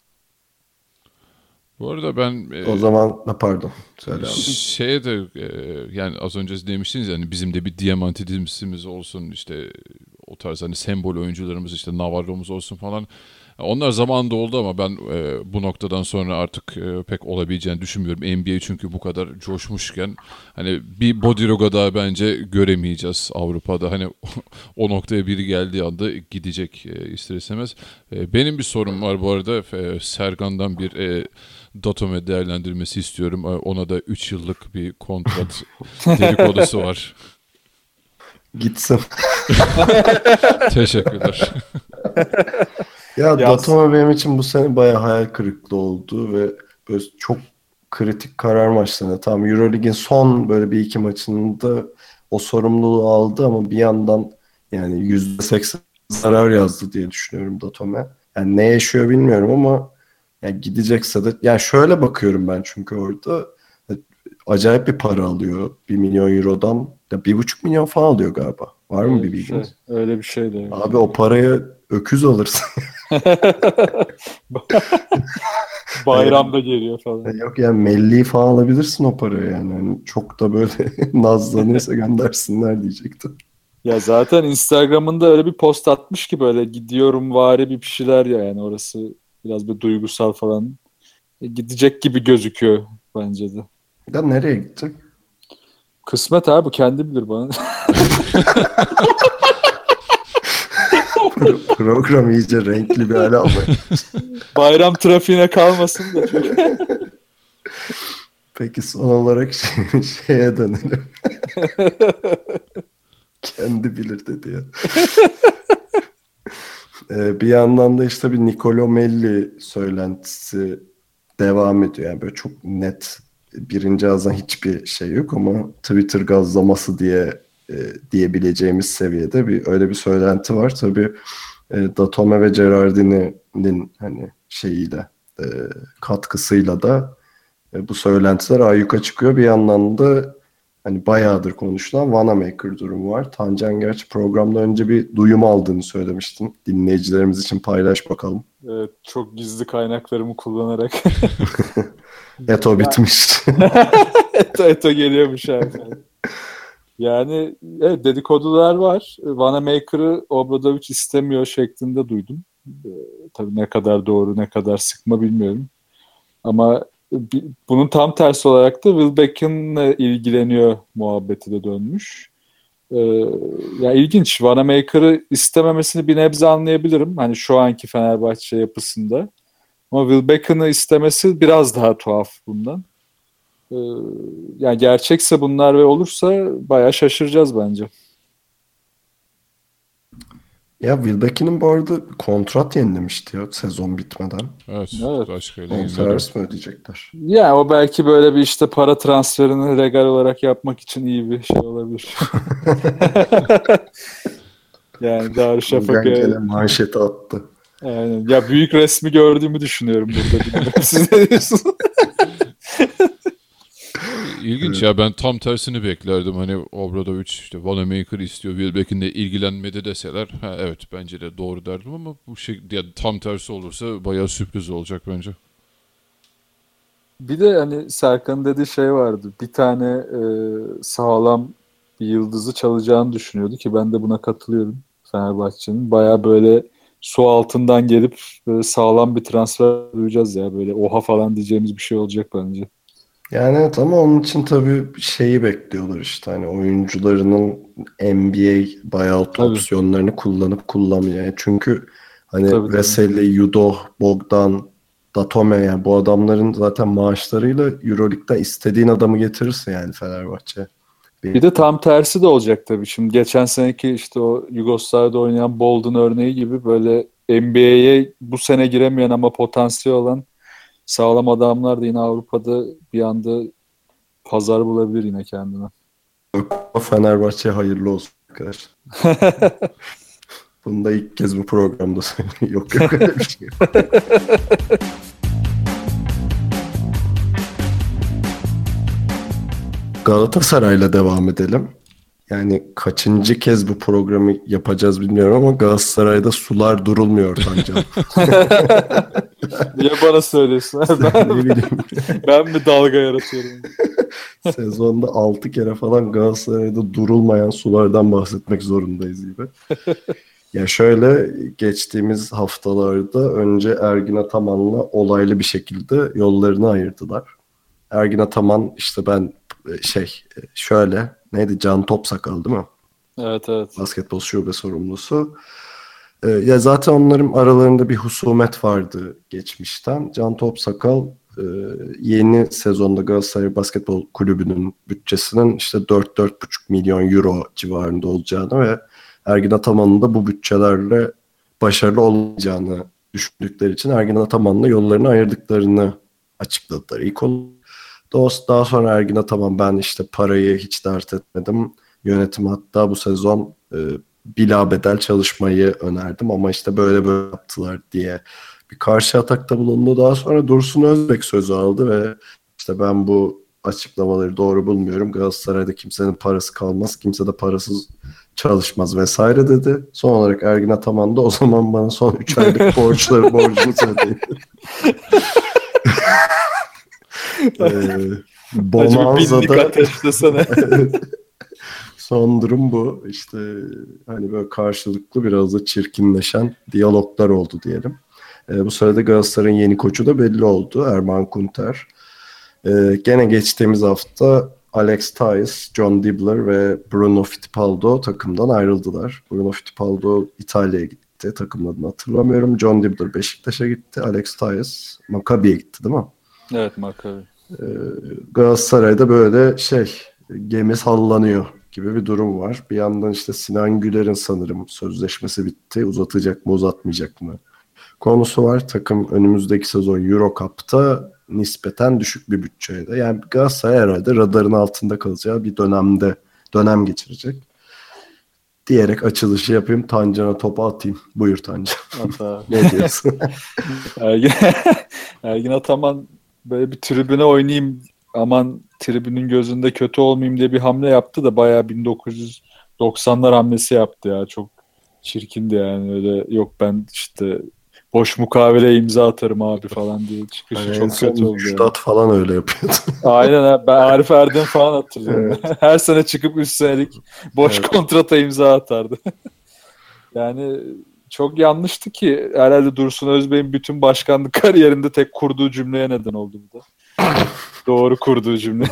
Bu arada ben O zaman pardon. Söyle abi. şeye de yani az önce demiştiniz yani bizim de bir Diamantidis'imiz olsun, işte o tarz hani sembol oyuncularımız, işte Navarro'muz olsun falan. Onlar zamanında oldu ama ben bu noktadan sonra artık pek olabileceğini düşünmüyorum. NBA çünkü bu kadar coşmuşken hani bir Bodiroga daha bence göremeyeceğiz Avrupa'da. Hani o noktaya biri geldiği anda gidecek ister istemez. Benim bir sorum var bu arada. Serkan'dan bir Datome değerlendirmesi istiyorum. Ona da 3 yıllık bir kontrat dedikodusu var. Gitsin. Teşekkürler. Ya Yaz. Datome benim için bu sene bayağı hayal kırıklığı oldu ve böyle çok kritik karar maçlarında. Tam EuroLeague'in son böyle bir iki maçında o sorumluluğu aldı ama bir yandan yani %80 zarar yazdı diye düşünüyorum Datome. Yani ne yaşıyor bilmiyorum ama yani gidecekse de yani şöyle bakıyorum ben, çünkü orada acayip bir para alıyor. 1 milyon eurodan ya 1,5 milyon falan alıyor galiba. Var mı bir bilginiz? Öyle bir şey de. Abi o paraya öküz alırsın. Bayramda geliyor falan. Yok yani Melli'yi falan alabilirsin o paraya yani. Yani çok da böyle nazlanıyorsa göndersinler diyecektim. Ya zaten Instagram'ında öyle bir post atmış ki böyle gidiyorum vari bir şeyler ya, yani orası biraz bir duygusal falan. Gidecek gibi gözüküyor bence de. Ya nereye gidecek? Kısmet abi, kendi bilir bana. Program iyice renkli bir hale aldı. Bayram trafiğine kalmasın da. Peki son olarak şeye dönelim. Kendi bilir dedi ya. Bir yandan da işte bir Nicolo Melli söylentisi devam ediyor. Yani böyle çok net birinci ağızdan hiçbir şey yok ama Twitter gazlaması diyebileceğimiz seviyede öyle bir söylenti var. Tabii Datome ve Gerardini'nin hani şeyiyle katkısıyla da bu söylentiler ayyuka çıkıyor. Bir yandan da hani bayağıdır konuşulan Wanamaker durumu var. Tancan gerçi programdan önce bir duyum aldığını söylemiştin. Dinleyicilerimiz için paylaş bakalım. Evet, çok gizli kaynaklarımı kullanarak. Eto bitmiş. Eto geliyormuş abi. Yani evet, dedikodular var. Wanamaker'ı Obradovic istemiyor şeklinde duydum. Tabii ne kadar doğru, ne kadar sıkma bilmiyorum. Ama bunun tam tersi olarak da Will Beckham'la ilgileniyor muhabbeti de dönmüş. Ya ilginç. Wanamaker'ı istememesini bir nebze anlayabilirim. Hani şu anki Fenerbahçe yapısında. Ama Will Beckham'ı istemesi biraz daha tuhaf bundan. Yani gerçekse bunlar ve olursa bayağı şaşıracağız bence. Ya Wilbeck'in bu arada kontrat yenilemişti ya sezon bitmeden. Evet. Evet. Başkayla Bonservis mi ödeyecekler? Yani o belki böyle bir işte para transferini legal olarak yapmak için iyi bir şey olabilir. Yani Darüşşafaka. Gene manşeti attı. Aynen. Ya büyük resmi gördüğümü düşünüyorum burada. Bilmiyorum. Siz ne diyorsunuz? İlginç ya, ben tam tersini beklerdim. Hani Obradovic işte Wanamaker istiyor, Wilbeck'in de ilgilenmedi deseler, ha evet bence de doğru derdim, ama bu şey ya, tam tersi olursa bayağı sürpriz olacak bence. Bir de hani Serkan'ın dediği şey vardı. Bir tane sağlam bir yıldızı çalacağını düşünüyordu ki ben de buna katılıyorum Fenerbahçe'nin. Baya böyle su altından gelip böyle sağlam bir transfer duyacağız ya. Böyle oha falan diyeceğimiz bir şey olacak bence. Yani evet, ama onun için tabii şeyi bekliyorlar işte, hani oyuncularının NBA buyout Tabii. opsiyonlarını kullanıp kullanmıyor. Çünkü hani Tabii. Veseli, Yudoh, Bogdan, Datome, yani bu adamların zaten maaşlarıyla Euroleague'den istediğin adamı getirirse yani Fenerbahçe. Bir de tam tersi de olacak tabii. Şimdi geçen seneki işte o Yugoslavya'da oynayan Bolden örneği gibi böyle NBA'ye bu sene giremeyen ama potansiyel olan sağlam adamlar da yine Avrupa'da bir anda pazar bulabilir yine kendine. Fenerbahçe hayırlı olsun arkadaşlar. Bunu da ilk kez bu programda söylüyorum. Yok öyle bir şey. Galatasaray'la devam edelim. Yani kaçıncı kez bu programı yapacağız bilmiyorum ama Galatasaray'da sular durulmuyor Tancan. Niye bana söylüyorsun? Ne bileyim. Ben mi dalga yaratıyorum? Sezonda 6 kere falan Galatasaray'da durulmayan sulardan bahsetmek zorundayız gibi. Ya şöyle, geçtiğimiz haftalarda önce Ergin Ataman'la olaylı bir şekilde yollarını ayırdılar. Ergin Ataman işte şöyle neydi, Can Topsakal değil mi? Evet, evet. Basketbol şube sorumlusu. Ya zaten onların aralarında bir husumet vardı geçmişten. Can Topsakal yeni sezonda Galatasaray Basketbol Kulübü'nün bütçesinin işte 4-4,5 milyon euro civarında olacağını ve Ergin Ataman'ın da bu bütçelerle başarılı olmayacağını düşündükleri için Ergin Ataman'la yollarını ayırdıklarını açıkladılar. İlk olarak daha sonra Ergin Ataman, ben işte parayı hiç dert etmedim. Yönetim hatta bu sezon bilabedel çalışmayı önerdim ama işte böyle yaptılar diye bir karşı atakta bulundu. Daha sonra Dursun Özbek sözü aldı ve işte ben bu açıklamaları doğru bulmuyorum. Galatasaray'da kimsenin parası kalmaz, kimse de parasız çalışmaz vesaire dedi. Son olarak Ergin Ataman da o zaman bana son 3 aylık borcunu söyledi. Bonanza'da ateşlesene. Son durum bu. İşte hani böyle karşılıklı biraz da çirkinleşen diyaloglar oldu diyelim. Bu sırada Galatasaray'ın yeni koçu da belli oldu. Erman Kunter. Gene geçtiğimiz hafta Alex Tyus, John Dibbler ve Bruno Fittipaldo takımdan ayrıldılar. Bruno Fittipaldo İtalya'ya gitti. Takımın adını hatırlamıyorum. John Dibbler Beşiktaş'a gitti. Alex Tyus Maccabi'ye gitti değil mi? Evet, Maccabi. Galatasaray'da böyle gemi sallanıyor gibi bir durum var. Bir yandan işte Sinan Güler'in sanırım sözleşmesi bitti. Uzatacak mı, uzatmayacak mı konusu var. Takım önümüzdeki sezon Euro Cup'ta nispeten düşük bir bütçeyle. Yani Galatasaray herhalde radarın altında kalacağı bir dönem geçirecek. Diyerek açılışı yapayım. Tancan'a topu atayım. Buyur Tancan. Ne diyorsun? Ergin Ataman böyle bir tribüne oynayayım aman tribünün gözünde kötü olmayayım diye bir hamle yaptı da bayağı 1990'lar hamlesi yaptı ya. Çok çirkindi yani, öyle yok ben işte boş mukavele imza atarım abi falan diye çıkışı Yani en çok son kötü oldu. Yani. Müjdat falan öyle yapıyordu. Aynen abi. Ben Arif Erdem falan hatırlıyorum. Her sene çıkıp 3 senelik boş kontrata imza atardı. Yani çok yanlıştı ki herhalde Dursun Özbey'in bütün başkanlık kariyerinde tek kurduğu cümleye neden oldu bu da. Doğru kurduğu cümle.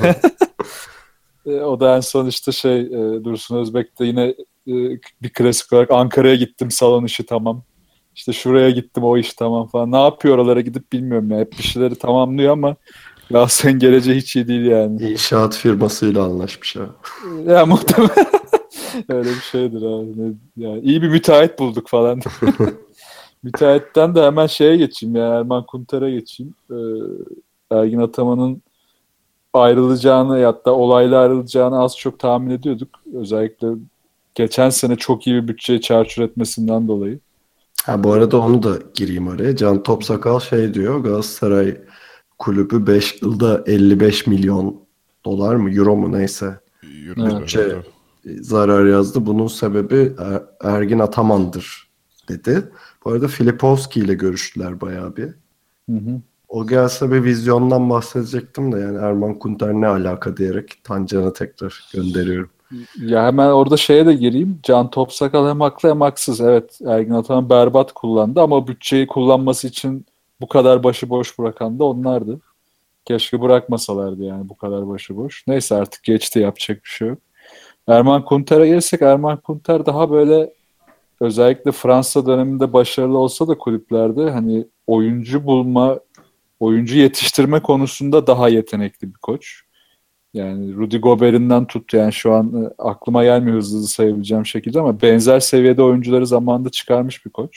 O da en son işte Dursun Özbek de yine bir klasik olarak Ankara'ya gittim, salon işi tamam. İşte şuraya gittim, o iş tamam falan. Ne yapıyor oralara gidip bilmiyorum ya. Hep bir şeyleri tamamlıyor ama Galatasaray'ın geleceği hiç iyi değil yani. İnşaat firmasıyla anlaşmış ha. Ya muhtemelen öyle bir şeydir abi. Yani iyi bir müteahhit bulduk falan. Müteahhitten de hemen şeye geçeyim ya. Erman Kunter'e geçeyim. Ergin Ataman'ın ayrılacağını, hatta olayla ayrılacağını az çok tahmin ediyorduk. Özellikle geçen sene çok iyi bir bütçeyi çarçur etmesinden dolayı. Ha, bu arada onu da gireyim araya. Can Topsakal şey diyor. Galatasaray kulübü 5 yılda 55 milyon dolar mı euro mu neyse bütçe zarar yazdı. Bunun sebebi Ergin Ataman'dır dedi. Bu arada Filipovski ile görüştüler bayağı bir. Hı hı. O gelse bir vizyondan bahsedecektim de yani Erman Kunter ne alaka diyerek Tancan'a tekrar gönderiyorum. Ya hemen orada şeye de gireyim. Can Topsakal hem haklı hem haksız. Evet, Ergin Ataman berbat kullandı ama bütçeyi kullanması için bu kadar başıboş bırakan da onlardı. Keşke bırakmasalardı yani bu kadar başıboş. Neyse artık geçti, yapacak bir şey yok. Erman Kunter'e gelirsek, Erman Kunter daha böyle özellikle Fransa döneminde başarılı olsa da kulüplerde hani oyuncu bulma, oyuncu yetiştirme konusunda daha yetenekli bir koç. Yani Rudy Gobert'inden tut, yani şu an aklıma gelmiyor hızlı hızlı sayabileceğim şekilde ama benzer seviyede oyuncuları zamanında çıkarmış bir koç.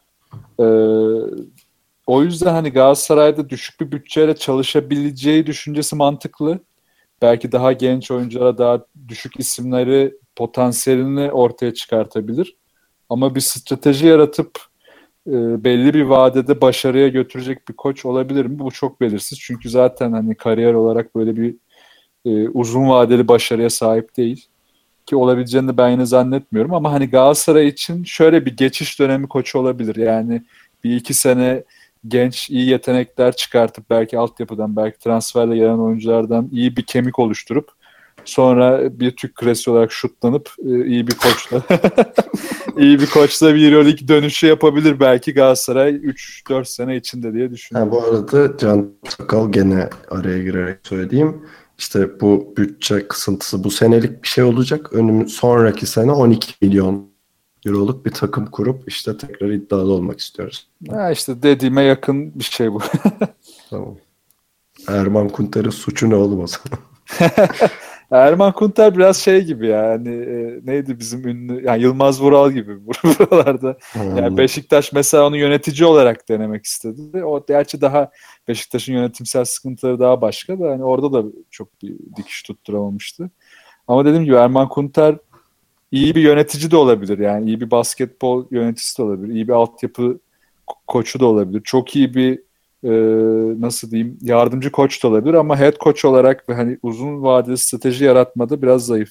O yüzden hani Galatasaray'da düşük bir bütçeyle çalışabileceği düşüncesi mantıklı. Belki daha genç oyunculara, daha düşük isimleri potansiyelini ortaya çıkartabilir. Ama bir strateji yaratıp belli bir vadede başarıya götürecek bir koç olabilir mi? Bu çok belirsiz. Çünkü zaten hani kariyer olarak böyle bir uzun vadeli başarıya sahip değil. Ki olabileceğini de ben yine zannetmiyorum. Ama hani Galatasaray için şöyle bir geçiş dönemi koçu olabilir. Yani bir iki sene genç, iyi yetenekler çıkartıp belki altyapıdan, belki transferle gelen oyunculardan iyi bir kemik oluşturup sonra bir Türk klasiği olarak şutlanıp iyi bir koçla iyi bir koçla bir Euroleague dönüşü yapabilir belki Galatasaray 3-4 sene içinde diye düşünüyorum. Ha, bu arada Can Sakal gene araya girerek söyleyeyim. İşte bu bütçe kısıntısı bu senelik bir şey olacak. Sonraki sene 12 milyon euroluk bir takım kurup işte tekrar iddialı olmak istiyoruz. Ha işte dediğime yakın bir şey bu. Tamam. Erman Kunter'in suçu ne oğlum o zaman? Erman Kunter biraz şey gibi yani neydi bizim ünlü yani Yılmaz Vural gibi buralarda. Yani Beşiktaş mesela onu yönetici olarak denemek istedi. O gerçi daha Beşiktaş'ın yönetimsel sıkıntıları daha başka da hani orada da çok bir dikiş tutturamamıştı. Ama dediğim gibi Erman Kunter iyi bir yönetici de olabilir. Yani iyi bir basketbol yöneticisi de olabilir. İyi bir altyapı koçu da olabilir. Çok iyi bir nasıl diyeyim yardımcı koç da olabilir ama head coach olarak ve hani uzun vadeli strateji yaratmada biraz zayıf.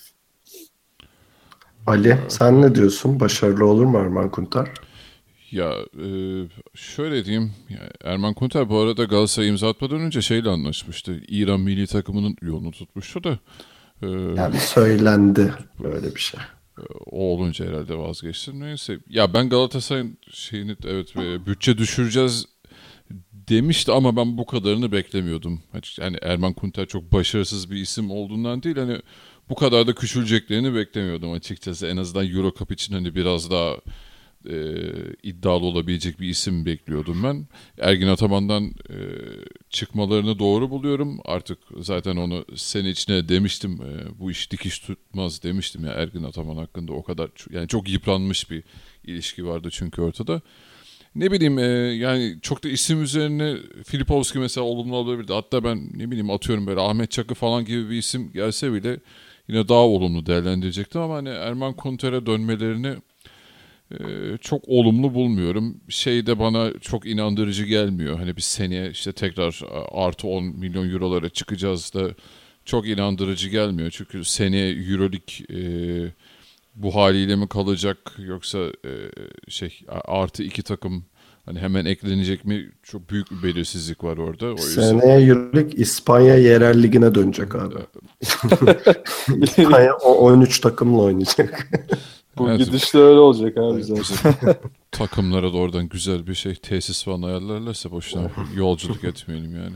Ali sen ne diyorsun? Başarılı olur mu Erman Kunter? Ya şöyle diyeyim. Erman Kunter bu arada Galatasaray'ı imza atmadan önce şeyle anlaşmıştı. İran milli takımının yolunu tutmuştu da. Yani söylendi böyle bir şey. O olunca herhalde vazgeçtim. Neyse. Ya ben Galatasaray'ın şeyini evet bütçe düşüreceğiz demişti ama ben bu kadarını beklemiyordum. Yani Erman Kunter çok başarısız bir isim olduğundan değil hani bu kadar da küçüleceklerini beklemiyordum açıkçası. En azından Euro Cup için hani biraz daha iddialı olabilecek bir isim bekliyordum ben. Ergin Ataman'dan çıkmalarını doğru buluyorum. Artık zaten onu sene içine demiştim. Bu iş dikiş tutmaz demiştim ya Ergin Ataman hakkında o kadar yani çok yıpranmış bir ilişki vardı çünkü ortada. Ne bileyim yani çok da isim üzerine Filipovski mesela olumlu olabilirdi. Hatta ben ne bileyim atıyorum böyle Ahmet Çakı falan gibi bir isim gelse bile yine daha olumlu değerlendirecektim ama hani Erman Kunter'e dönmelerini çok olumlu bulmuyorum. Şey de bana çok inandırıcı gelmiyor. Hani bir seneye işte tekrar artı 10 milyon eurolara çıkacağız da çok inandırıcı gelmiyor. Çünkü seneye Euroleague bu haliyle mi kalacak yoksa artı 2 takım hani hemen eklenecek mi? Çok büyük bir belirsizlik var orada. O yüzden... Seneye Euroleague İspanya yerel ligine dönecek abi. İspanya 13 takımla oynayacak. Bu evet, gidişle öyle olacak abi zaten. Takımlara da oradan güzel bir tesis falan ayarlarlarsa boşuna yolculuk etmeyelim yani.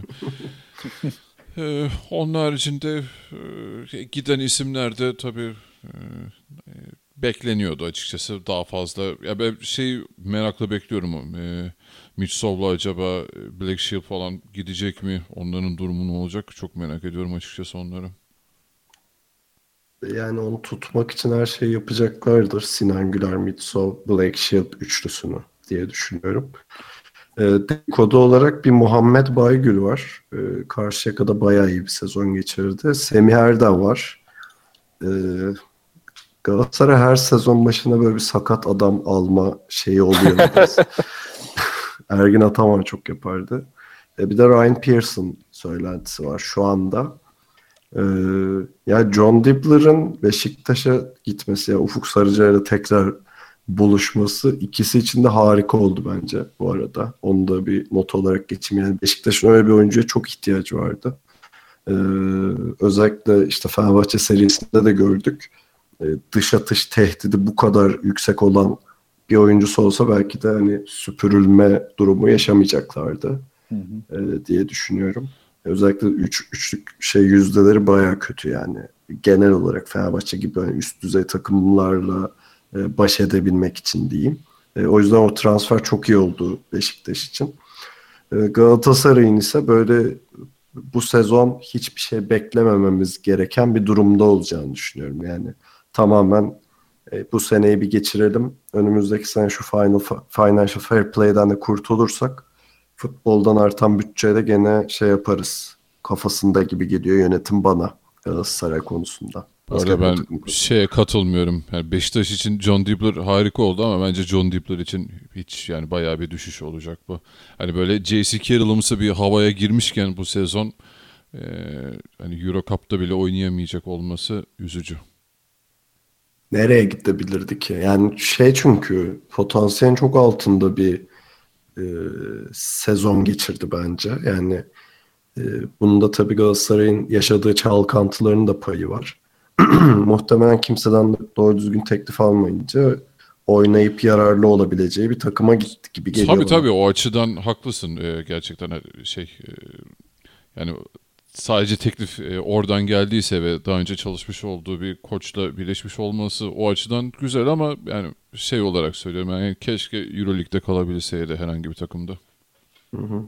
Onun haricinde giden isimler de tabii bekleniyordu açıkçası daha fazla. Ya ben merakla bekliyorum. Mitsov'la acaba Black Shield falan gidecek mi? Onların durumu ne olacak? Çok merak ediyorum açıkçası onları. Yani onu tutmak için her şeyi yapacaklardır. Sinan Güler, Mitsov, Black Shield üçlüsünü diye düşünüyorum. Dedikodu olarak bir Muhammed Baygül var. Karşıyaka'da bayağı iyi bir sezon geçirdi. Semih Erdem var. Galatasaray her sezon başına böyle bir sakat adam alma şeyi oluyor. Ergin Ataman çok yapardı. Bir de Ryan Pearson söylentisi var şu anda. Ya John Dibbler'ın Beşiktaş'a gitmesi, ya Ufuk Sarıcı'yla tekrar buluşması ikisi için de harika oldu bence bu arada. Onu da bir not olarak geçeyim. Yani Beşiktaş'ın öyle bir oyuncuya çok ihtiyacı vardı. Özellikle işte Fenerbahçe serisinde de gördük. Dış atış tehdidi bu kadar yüksek olan bir oyuncusu olsa belki de hani süpürülme durumu yaşamayacaklardı diye düşünüyorum. Özellikle üçlük yüzdeleri bayağı kötü yani. Genel olarak Fenerbahçe gibi hani üst düzey takımlarla baş edebilmek için diyeyim. O yüzden o transfer çok iyi oldu Beşiktaş için. Galatasaray'ın ise böyle bu sezon hiçbir şey beklemememiz gereken bir durumda olacağını düşünüyorum. Yani tamamen bu seneyi bir geçirelim. Önümüzdeki sene şu Financial Fair Play'den de kurtulursak futboldan artan bütçeyle gene yaparız kafasında gibi geliyor yönetim bana Galatasaray konusunda. Bu arada ben katılmıyorum. Yani Beşiktaş için John Dibbler harika oldu ama bence John Dibbler için hiç yani bayağı bir düşüş olacak bu. Hani böyle J.C. Carroll'ımsı bir havaya girmişken bu sezon hani Euro Cup'ta bile oynayamayacak olması üzücü. Nereye gidebilirdi ki? Yani çünkü potansiyelin çok altında bir sezon geçirdi bence. Yani bunun da tabii Galatasaray'ın yaşadığı çalkantıların da payı var. Muhtemelen kimseden de doğru düzgün teklif almayınca oynayıp yararlı olabileceği bir takıma gitti gibi geliyor. Tabii o açıdan haklısın gerçekten yani sadece teklif oradan geldiyse ve daha önce çalışmış olduğu bir koçla birleşmiş olması o açıdan güzel ama yani olarak söylüyorum yani keşke Euroleague'de kalabilseydi herhangi bir takımda. Hı.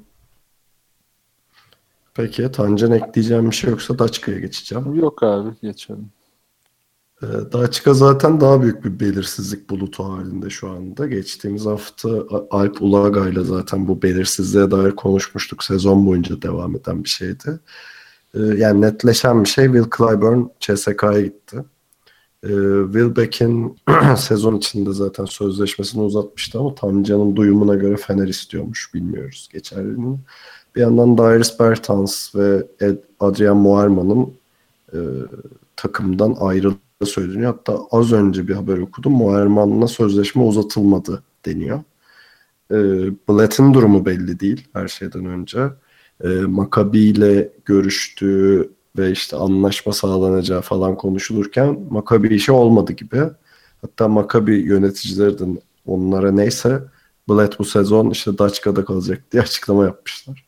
Peki Tancan ekleyeceğim bir şey yoksa Daçka'ya geçeceğim. Yok abi geçelim. Daçka zaten daha büyük bir belirsizlik bulutu halinde şu anda. Geçtiğimiz hafta Alp Ulagay'la zaten bu belirsizliğe dair konuşmuştuk. Sezon boyunca devam eden bir şeydi. Yani netleşen bir şey. Will Clyburn CSK'ya gitti. Will Beck'in sezon içinde zaten sözleşmesini uzatmıştı ama Tancan'ın duyumuna göre Fener istiyormuş. Bilmiyoruz geçerliliğini. Bir yandan Dairis Bertans ve Adrian Moerman'ın takımdan ayrıldığı söyleniyor. Hatta az önce bir haber okudum. Moerman'la sözleşme uzatılmadı deniyor. Blatt'in durumu belli değil her şeyden önce. Maccabi ile görüştüğü ve işte anlaşma sağlanacağı falan konuşulurken Maccabi işi olmadı gibi. Hatta Maccabi yöneticileri de onlara neyse Blatt bu sezon işte Daçka'da kalacak diye açıklama yapmışlar.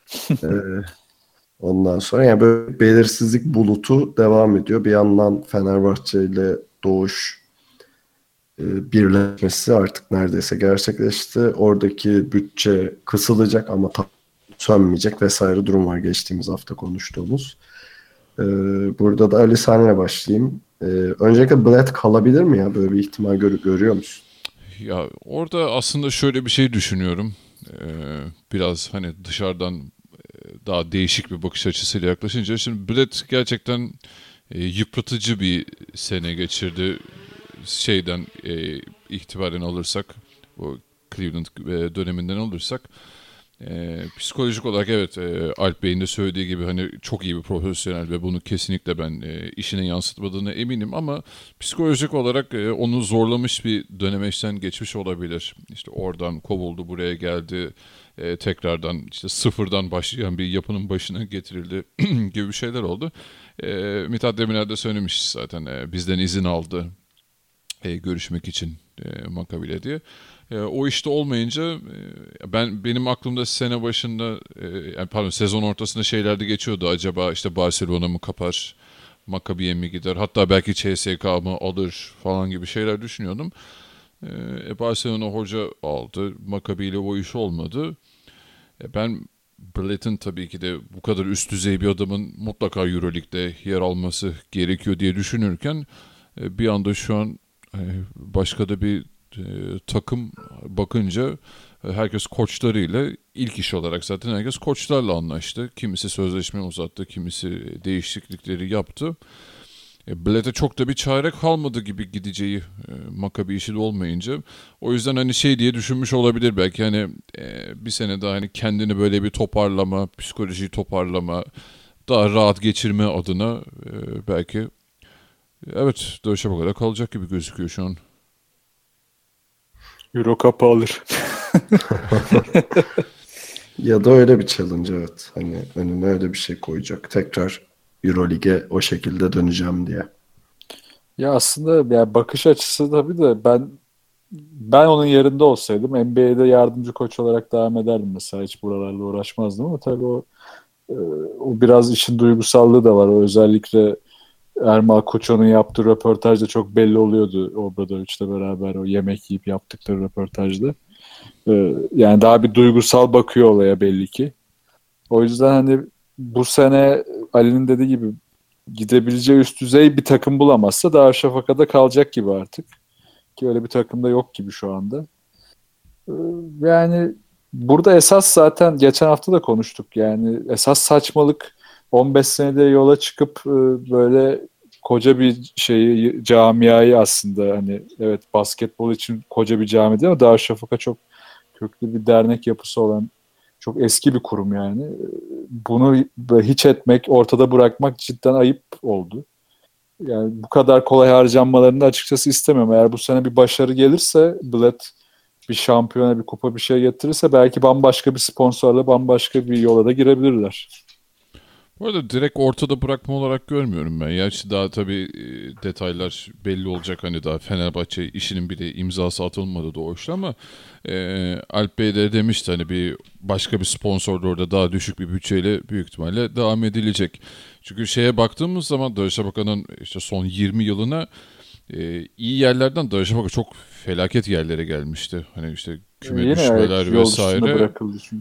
Ondan sonra yani böyle belirsizlik bulutu devam ediyor. Bir yandan Fenerbahçe ile Doğuş birleşmesi artık neredeyse gerçekleşti. Oradaki bütçe kısılacak ama sönmeyecek vesaire durum var geçtiğimiz hafta konuştuğumuz. Burada da Ali senle başlayayım. Öncelikle Blatt kalabilir mi ya? Böyle bir ihtimal görüyor musun? Ya orada aslında şöyle bir şey düşünüyorum. Biraz hani dışarıdan daha değişik bir bakış açısıyla yaklaşınca. Şimdi Blatt gerçekten yıpratıcı bir sene geçirdi. itibaren alırsak, o Cleveland döneminden alırsak, psikolojik olarak evet, Alp Bey'in de söylediği gibi hani çok iyi bir profesyonel ve bunu kesinlikle ben işine yansıtmadığına eminim, ama psikolojik olarak onu zorlamış bir dönemeçten geçmiş olabilir. İşte oradan kovuldu, buraya geldi, tekrardan işte sıfırdan başlayan bir yapının başına getirildi gibi bir şeyler oldu. Mithat Demirer de söylemiş zaten, bizden izin aldı görüşmek için Maccabi'yle diye. O işte olmayınca benim aklımda sene başında yani pardon, sezon ortasında şeyler de geçiyordu. Acaba işte Barcelona mı kapar, Maccabi'ye mi gider, hatta belki CSKA mı alır falan gibi şeyler düşünüyordum. Barcelona hoca aldı, Maccabi ile o iş olmadı. Ben Blatt'ın tabii ki de bu kadar üst düzey bir adamın mutlaka Euroleague'de yer alması gerekiyor diye düşünürken bir anda şu an başka da bir takım bakınca herkes koçlarıyla, ilk iş olarak zaten herkes koçlarla anlaştı. Kimisi sözleşme uzattı, kimisi değişiklikleri yaptı. Blatt'e çok da bir çare kalmadı gibi gideceği Maccabi işi de olmayınca. O yüzden hani şey diye düşünmüş olabilir belki, hani bir sene daha hani kendini böyle bir toparlama, psikolojiyi toparlama, daha rahat geçirme adına belki evet Döşebakka'da kalacak gibi gözüküyor şu an. Euro Cup'ı alır. Ya da öyle bir challenge, evet. Hani önüne öyle bir şey koyacak. Tekrar Euroleague'e o şekilde döneceğim diye. Ya aslında yani bakış açısı tabii de ben onun yerinde olsaydım NBA'de yardımcı koç olarak devam ederdim mesela, hiç buralarla uğraşmazdım, ama tabii o biraz işin duygusallığı da var. O özellikle Ermal Koço'nun yaptığı röportajda çok belli oluyordu, Obradovic'le beraber o yemek yiyip yaptıkları röportajda. Yani daha bir duygusal bakıyor olaya belli ki. O yüzden hani bu sene Ali'nin dediği gibi gidebileceği üst düzey bir takım bulamazsa Darüşşafaka'da kalacak gibi artık. Ki öyle bir takım da yok gibi şu anda. Yani burada esas, zaten geçen hafta da konuştuk, yani esas saçmalık 15 senede yola çıkıp böyle koca bir şeyi, camiayı, aslında hani evet basketbol için koca bir cami değil ama Darüşşafaka çok köklü bir dernek yapısı olan çok eski bir kurum yani. Bunu hiç etmek, ortada bırakmak cidden ayıp oldu. Yani bu kadar kolay harcanmalarını da açıkçası istemiyorum. Eğer bu sene bir başarı gelirse, Blatt bir şampiyona, bir kupa, bir şey getirirse belki bambaşka bir sponsorla bambaşka bir yola da girebilirler. Bu arada direkt ortada bırakma olarak görmüyorum ben. Gerçi daha tabii detaylar belli olacak. Hani daha Fenerbahçe işinin bile imzası atılmadı doğuşta, ama Alp Bey de demişti hani bir başka bir sponsorla orada daha düşük bir bütçeyle büyük ihtimalle devam edilecek. Çünkü şeye baktığımız zaman Darüşşafaka'nın işte son 20 yılına iyi yerlerden Darüşşafaka çok felaket yerlere gelmişti. Hani işte küme Yine düşmeler yol dışında vesaire. bırakıldı çünkü.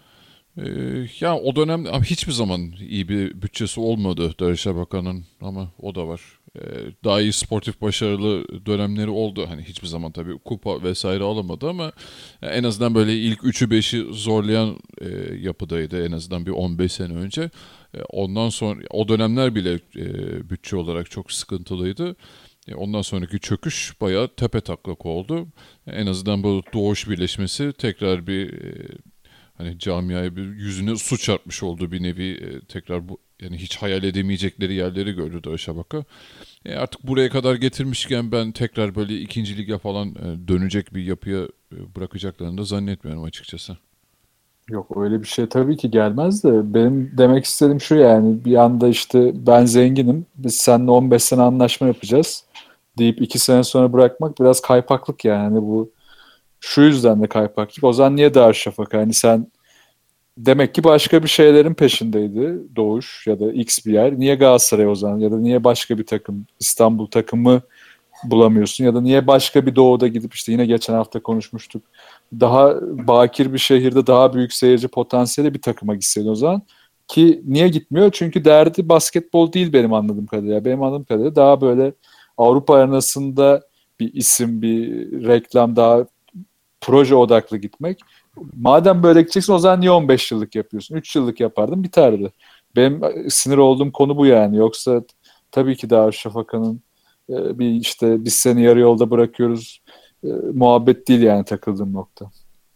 Ya o dönem hiçbir zaman iyi bir bütçesi olmadı Darüşşafaka'nın, ama o da var. Daha iyi sportif başarılı dönemleri oldu. Hani hiçbir zaman tabii kupa vesaire alamadı, ama en azından böyle ilk 3'ü 5'i zorlayan yapıdaydı en azından bir 15 sene önce. Ondan sonra o dönemler bile bütçe olarak çok sıkıntılıydı. Ondan sonraki çöküş bayağı tepe taklak oldu. En azından bu Doğuş birleşmesi tekrar bir hani camiaya bir yüzüne su çarpmış oldu bir nevi, tekrar bu yani hiç hayal edemeyecekleri yerleri gördü Darüşşafaka. Artık buraya kadar getirmişken ben tekrar böyle ikinci lige falan dönecek bir yapıya bırakacaklarını da zannetmiyorum açıkçası. Yok, öyle bir şey tabii ki gelmez de, benim demek istediğim şu, yani bir anda işte ben zenginim, biz seninle 15 sene anlaşma yapacağız deyip 2 sene sonra bırakmak biraz kaypaklık yani. Bu şu yüzden de kaypaklık. O zaman niye Darüşşafaka? Hani sen demek ki başka bir şeylerin peşindeydi Doğuş ya da X bir yer. Niye Galatasaray o zaman? Ya da niye başka bir takım, İstanbul takımı bulamıyorsun? Ya da niye başka bir Doğu'da gidip, işte yine geçen hafta konuşmuştuk, daha bakir bir şehirde daha büyük seyirci potansiyeli bir takıma gitseydin o zaman. Ki niye gitmiyor? Çünkü derdi basketbol değil benim anladığım kadarıyla. Benim anladığım kadarıyla daha böyle Avrupa arenasında bir isim, bir reklam, daha proje odaklı gitmek. Madem böyle gideceksin, o zaman niye 15 yıllık yapıyorsun? 3 yıllık yapardın, biterdi. Benim sinir olduğum konu bu yani. Yoksa tabii ki Darüşşafaka'nın bir işte biz seni yarı yolda bırakıyoruz, muhabbet değil yani takıldığım nokta.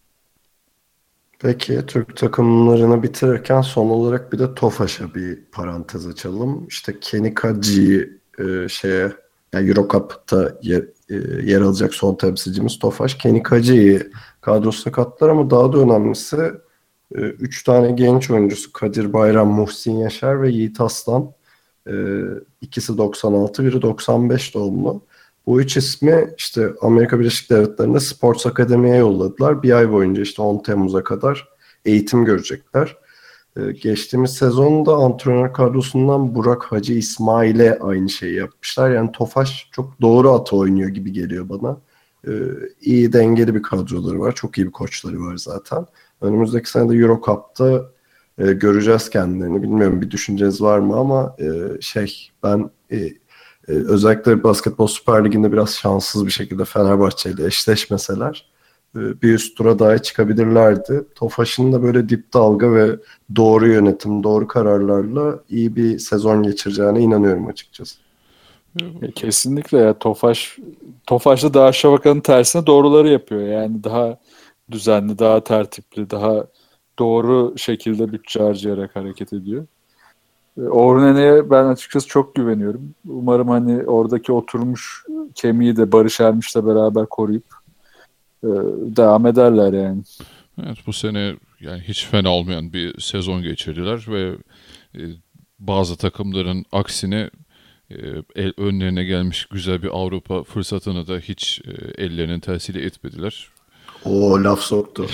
Peki Türk takımlarını bitirirken son olarak bir de Tofaş'a bir parantez açalım. İşte Kenny Kaji'yi yani Euro Cup'ta yer alacak son temsilcimiz Tofaş. Kenny Kaji'yi kadrosuna kattılar ama daha da önemlisi 3 tane genç oyuncusu Kadir Bayram, Muhsin Yaşar ve Yiğit Aslan. İkisi 96, biri 95 doğumlu. Bu üç ismi işte Amerika Birleşik Devletleri'nde Sports Akademi'ye yolladılar. Bir ay boyunca işte 10 Temmuz'a kadar eğitim görecekler. Geçtiğimiz sezonda antrenör kadrosundan Burak Hacı İsmail'e aynı şeyi yapmışlar. Yani Tofaş çok doğru atı oynuyor gibi geliyor bana. İyi dengeli bir kadroları var. Çok iyi bir koçları var zaten. Önümüzdeki sene de Euro Cup'ta göreceğiz kendilerini. Bilmiyorum bir düşünceniz var mı ama ben özellikle Basketbol Süper Ligi'nde biraz şanssız bir şekilde Fenerbahçe ile eşleşmeseler bir üst tura daha çıkabilirlerdi. Tofaş'ın da böyle dip dalga ve doğru yönetim, doğru kararlarla iyi bir sezon geçireceğine inanıyorum açıkçası. Kesinlikle ya Tofaş da daha Şavaka'nın tersine doğruları yapıyor. Yani daha düzenli, daha tertipli, daha doğru şekilde bütçe harcayarak hareket ediyor. Orhun Ene'ye ben açıkçası çok güveniyorum. Umarım hani oradaki oturmuş kemiği de Barış Ermiş'le beraber koruyup devam ederler yani. Evet, bu sene yani hiç fena olmayan bir sezon geçirdiler ve bazı takımların aksine önlerine gelmiş güzel bir Avrupa fırsatını da hiç ellerinin tersiyle etmediler. O laf soktu.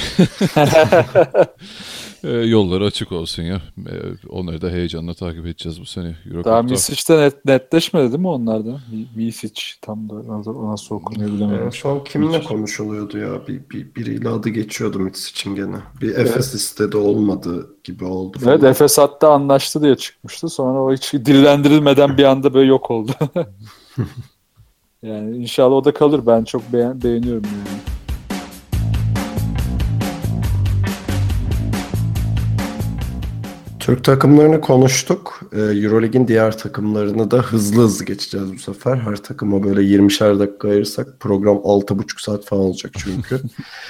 Yolları açık olsun ya. Onları da heyecanla takip edeceğiz bu sene. Daha Misic'te netleşmedi değil mi onlardan? Misic tam da nasıl okunuyor bilemedim. Şu an kimle konuşuluyordu ya? Biriyle adı geçiyordu Misic'in gene. Bir Efes listede olmadı gibi oldu falan. Evet, Efes hatta anlaştı diye çıkmıştı. Sonra o hiç dillendirilmeden bir anda böyle yok oldu. Yani inşallah o da kalır. Ben çok beğeniyorum yani. Türk takımlarını konuştuk. Euroleague'in diğer takımlarını da hızlı geçeceğiz bu sefer. Her takıma böyle 20'şer dakika ayırsak program 6,5 saat falan olacak çünkü.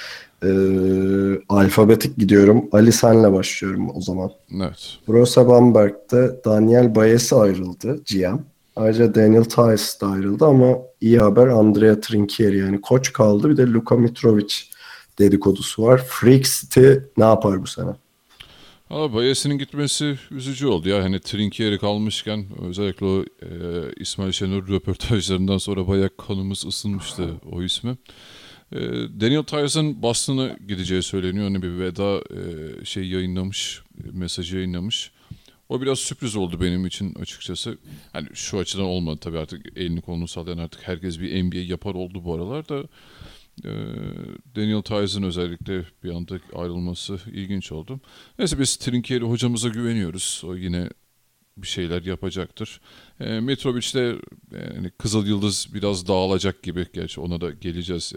Alfabetik gidiyorum. Ali senle başlıyorum o zaman. Evet. Brose Bamberg'de Daniel Bayes'i ayrıldı GM. Ayrıca Daniel Tice da ayrıldı ama iyi haber Andrea Trinchieri yani koç kaldı. Bir de Luka Mitrovic dedikodusu var. Freak City ne yapar bu sene? Ama Bayesi'nin gitmesi üzücü oldu ya. Hani Trinkieri kalmışken özellikle o İsmail Şenur röportajlarından sonra bayağı kanımız ısınmıştı o ismi. Daniel Tyson Boston'a gideceği söyleniyor. Hani bir veda yayınlamış, mesajı yayınlamış. O biraz sürpriz oldu benim için açıkçası. Hani şu açıdan olmadı tabii, artık elini kolunu sallayan artık herkes bir NBA yapar oldu bu aralar da. Daniel Tyson özellikle bir anda ayrılması ilginç oldu. Neyse biz Trinkieri hocamıza güveniyoruz. O yine bir şeyler yapacaktır. Mitrovic de yani Kızıl Yıldız biraz dağılacak gibi. Gerçi ona da geleceğiz.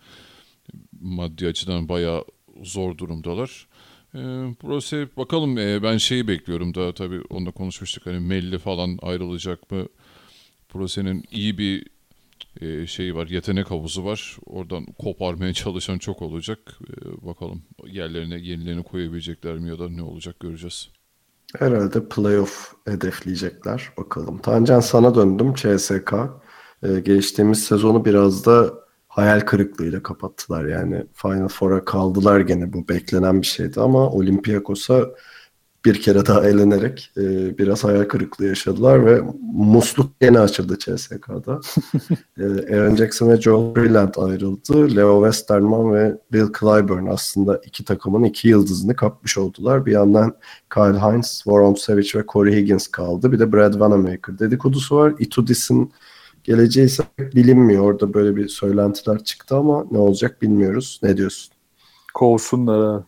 Maddi açıdan bayağı zor durumdalar. Burası bakalım, ben şeyi bekliyorum da tabii onunla konuşmuştuk. Hani Melli falan ayrılacak mı? Burası'nın iyi bir şeyi var, yetenek havuzu var. Oradan koparmaya çalışan çok olacak. Bakalım yerlerine yenilerini koyabilecekler mi ya da ne olacak göreceğiz. Herhalde playoff hedefleyecekler. Bakalım. Tancan sana döndüm. CSK. Geçtiğimiz sezonu biraz da hayal kırıklığıyla kapattılar. Yani Final Four'a kaldılar gene. Bu beklenen bir şeydi ama Olympiakos'a bir kere daha elenerek biraz hayal kırıklığı yaşadılar ve musluk yeni açıldı CSK'da. Aaron Jackson ve Joel Brillant ayrıldı. Leo Westerman ve Bill Clyburn aslında iki takımın iki yıldızını kapmış oldular. Bir yandan Kyle Hines, Warren Savage ve Corey Higgins kaldı. Bir de Brad Wanamaker dedikodusu var. Itudis'in geleceği ise bilinmiyor. Orada böyle bir söylentiler çıktı ama ne olacak bilmiyoruz. Ne diyorsun? Kovsunlar ha.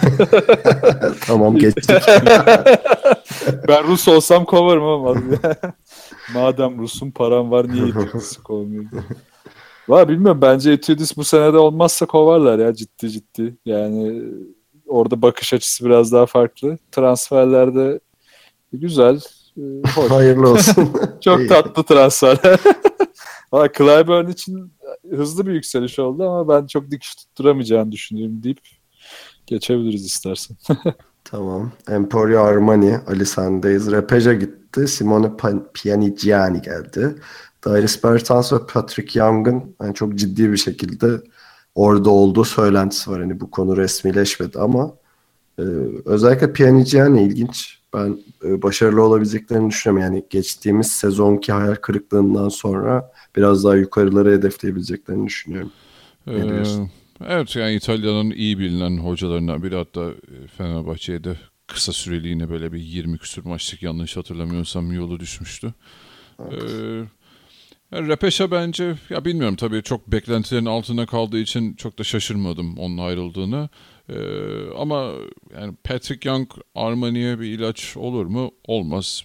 Tamam, geçtik. Ben Rus olsam kovarım ama madem Rus'un param var niye Etudis'i kovmuyor? Var bilmiyorum, bence Etudis bu senede olmazsa kovarlar ya, ciddi. Yani orada bakış açısı biraz daha farklı. Transferlerde güzel. Hoş. Hayırlı olsun. Çok tatlı transfer. Valla Clyburn için hızlı bir yükseliş oldu ama ben çok dikiş tutturamayacağını düşünüyorum deyip geçebiliriz istersen. Tamam. Emporio Armani, Ali sendeyiz. Repeja gitti. Simone Pianigiani geldi. Dairis Bertans ve Patrick Young'ın yani çok ciddi bir şekilde orada olduğu söylentisi var. Hani bu konu resmileşmedi ama özellikle Pianigiani ilginç. Ben başarılı olabileceklerini düşünüyorum. Yani geçtiğimiz sezonki hayal kırıklığından sonra biraz daha yukarıları hedefleyebileceklerini düşünüyorum. Ne diyorsun? Evet, yani İtalya'nın iyi bilinen hocalarından biri, hatta Fenerbahçe'ye de kısa süreliğine böyle bir 20 küsur maçlık, yanlış hatırlamıyorsam, yolu düşmüştü. Evet. Yani Repeşa bence, ya bilmiyorum, tabii çok beklentilerin altında kaldığı için çok da şaşırmadım onun ayrıldığını. Ama yani Patrick Young Armani'ye bir ilaç olur mu? Olmaz.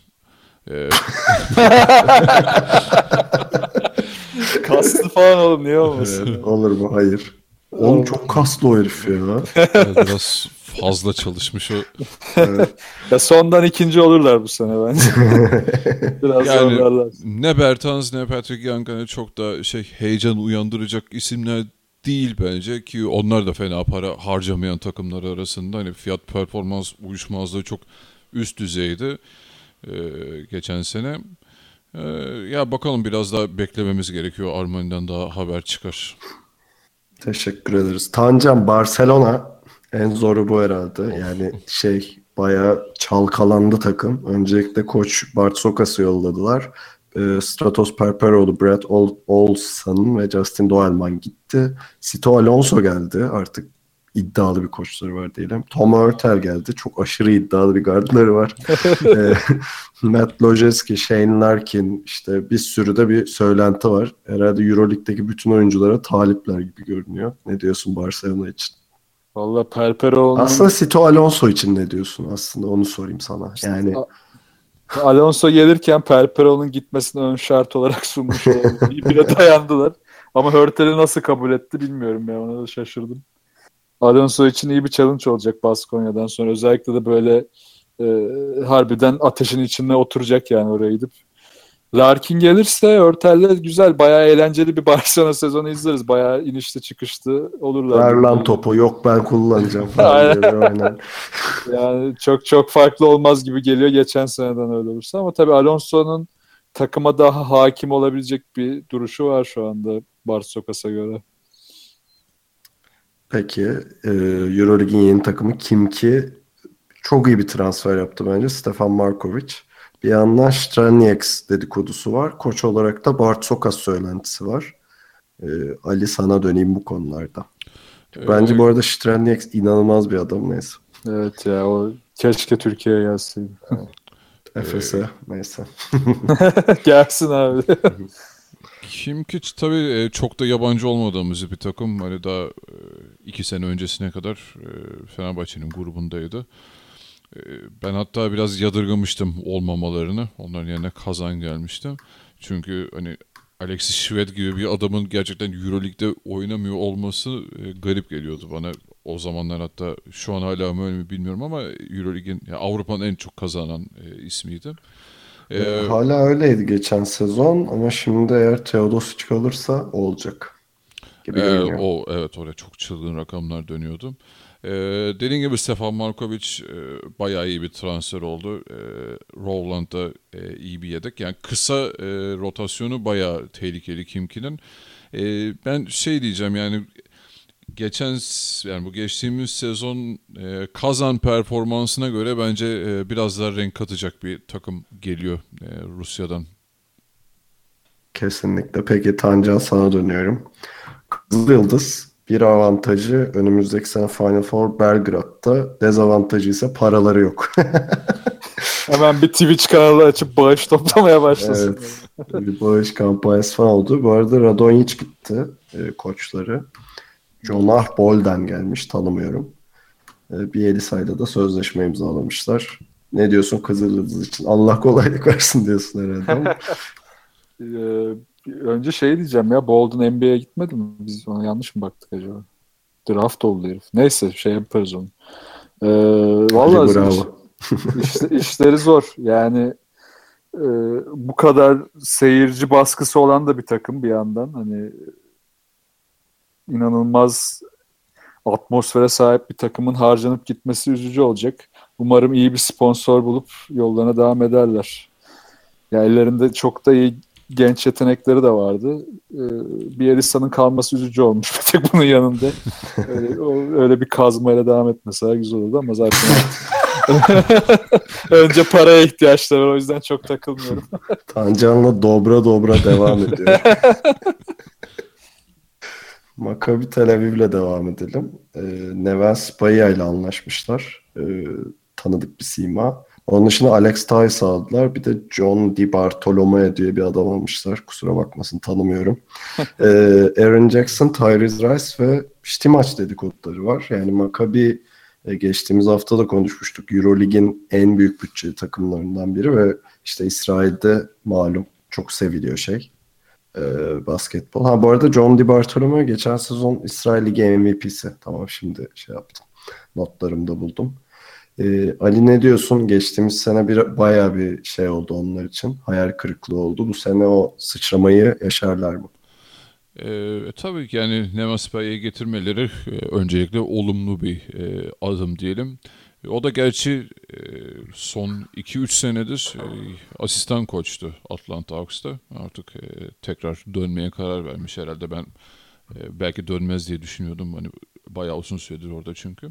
Kaslı falan oğlum, niye olmasın? Olur mu? Hayır. Oğlum çok kaslı o herif ya. Biraz fazla çalışmış o. Evet. Ya sondan ikinci olurlar bu sene bence. Biraz Yani zorlarlar. ne Bertans ne Patrick Young hani çok da heyecan uyandıracak isimler değil bence, ki onlar da fena para harcamayan takımlar arasında. Hani fiyat performans uyuşmazlığı çok üst düzeydi geçen sene. Ya bakalım, biraz daha beklememiz gerekiyor. Armani'den daha haber çıkar. Teşekkür ederiz. Tancan, Barcelona en zoru bu herhalde. Yani bayağı çalkalandı takım. Öncelikle koç Bart Sokas'ı yolladılar. Stratos Perperoğlu, Brad Olson ve Justin Doelman gitti. Sito Alonso geldi. Artık iddialı bir koçları var diyelim. Tom Hurtel geldi. Çok aşırı iddialı bir gardları var. Matt Lojeski, Shane Larkin, işte bir sürü de bir söylenti var. Herhalde Euroleague'deki bütün oyunculara talipler gibi görünüyor. Ne diyorsun Barcelona için? Valla Perperoğlu'nun... Aslında Sito Alonso için ne diyorsun? Aslında onu sorayım sana. Yani Alonso gelirken Perperoğlu'nun gitmesini ön şart olarak sunmuş oldu. Bire dayandılar. Ama Hurtel'i nasıl kabul etti bilmiyorum ya. Ona da şaşırdım. Alonso için iyi bir challenge olacak Baskonya'dan sonra. Özellikle de böyle harbiden ateşin içinde oturacak yani oraya gidip. Larkin gelirse Hurtel'le güzel, bayağı eğlenceli bir Barcelona sezonu izleriz. Bayağı inişli çıkışlı olurlar. ver lan topu, yok ben kullanacağım falan diye. Aynen. Yani çok farklı olmaz gibi geliyor geçen seneden öyle olursa. Ama tabii Alonso'nun takıma daha hakim olabilecek bir duruşu var şu anda Barsokas'a göre. Peki Euroleague'in yeni takımı kim ki çok iyi bir transfer yaptı bence. Stefan Markovic. Bir yandan Strelnieks dedikodusu var. Koç olarak da Bart Sokas söylentisi var. Ali, sana döneyim bu konularda. Bence bu arada Strelnieks inanılmaz bir adam, neyse. Evet ya, o keşke Türkiye'ye gelseydi. Efes'e neyse. Gelsin abi. Kimkiç tabii çok da yabancı olmadığımız bir takım. Hani daha 2 sene öncesine kadar Fenerbahçe'nin grubundaydı. Ben hatta biraz yadırgamıştım olmamalarını. Onların yerine Kazan gelmişti. Çünkü hani Alexis Şved gibi bir adamın gerçekten Euroleague'de oynamıyor olması garip geliyordu bana. O zamanlar, hatta şu an hala mı öyle mi bilmiyorum ama Euroleague'in, yani Avrupa'nın en çok kazanan ismiydi. Hala öyleydi geçen sezon ama şimdi eğer Teodosic kalırsa olacak gibi görünüyor. Evet, oraya çok çılgın rakamlar dönüyordu. Dediğim gibi Stefan Markovic bayağı iyi bir transfer oldu. Rowland da iyi bir yedek. Yani kısa rotasyonu bayağı tehlikeli Kimki'nin. Ben diyeceğim, yani bu geçtiğimiz sezon Kazan performansına göre bence biraz daha renk katacak bir takım geliyor Rusya'dan. Kesinlikle. Peki Tancan, sana dönüyorum. Kızılyıldız bir avantajı önümüzdeki sene Final Four Belgrad'da, dezavantajı ise paraları yok. Hemen bir Twitch kanalı açıp bağış toplamaya başlasın. Evet. Bir bağış kampanyası falan oldu. Bu arada Radonjic gitti koçları. Jonah Bolden gelmiş, tanımıyorum. Bielitsa'yla da sözleşme imzalamışlar. Ne diyorsun Kızılyıldız için? Allah kolaylık versin diyorsun herhalde ama. Önce diyeceğim ya, Bolden NBA'ye gitmedi mi? Biz ona yanlış mı baktık acaba? Draft oldu herif. Neyse yaparız onu. Vallahi bravo. işleri zor. Yani bu kadar seyirci baskısı olan da bir takım bir yandan. Hani inanılmaz atmosfere sahip bir takımın harcanıp gitmesi üzücü olacak. Umarım iyi bir sponsor bulup yollarına devam ederler. Yani ellerinde çok da iyi genç yetenekleri de vardı. Bielitsa'nın kalması üzücü olmuş bir tek bunun yanında. Öyle bir kazmayla devam etmesi güzel olurdu ama zaten önce paraya ihtiyaçları var. O yüzden çok takılmıyorum. Tancan'la dobra dobra devam ediyor. Maccabi Tel Aviv'le devam edelim. Neven Spaya ile anlaşmışlar. Tanıdık bir sima. Onun dışında Alex Tyson aldılar. Bir de John Di Bartolomeo diye bir adam almışlar. Kusura bakmasın, tanımıyorum. Aaron Jackson, Tyrese Rice ve Stimac dedikoduları var. Yani Maccabi geçtiğimiz hafta da konuşmuştuk. Eurolig'in en büyük bütçeli takımlarından biri ve işte İsrail'de malum çok seviliyor basketbol. Bu arada John Di Bartolomeo geçen sezon İsrail Ligi MVP'si. Tamam, şimdi yaptım. Notlarımda buldum. Ali, ne diyorsun? Geçtiğimiz sene bayağı bir oldu onlar için. Hayal kırıklığı oldu. Bu sene o sıçramayı yaşarlar mı? Tabii ki yani Neven Spaya'yı getirmeleri öncelikle olumlu bir adım diyelim. O da gerçi son 2-3 senedir asistan koçtu Atlanta Hawks'ta. Artık tekrar dönmeye karar vermiş herhalde. Ben belki dönmez diye düşünüyordum. Hani bayağı uzun süredir orada çünkü.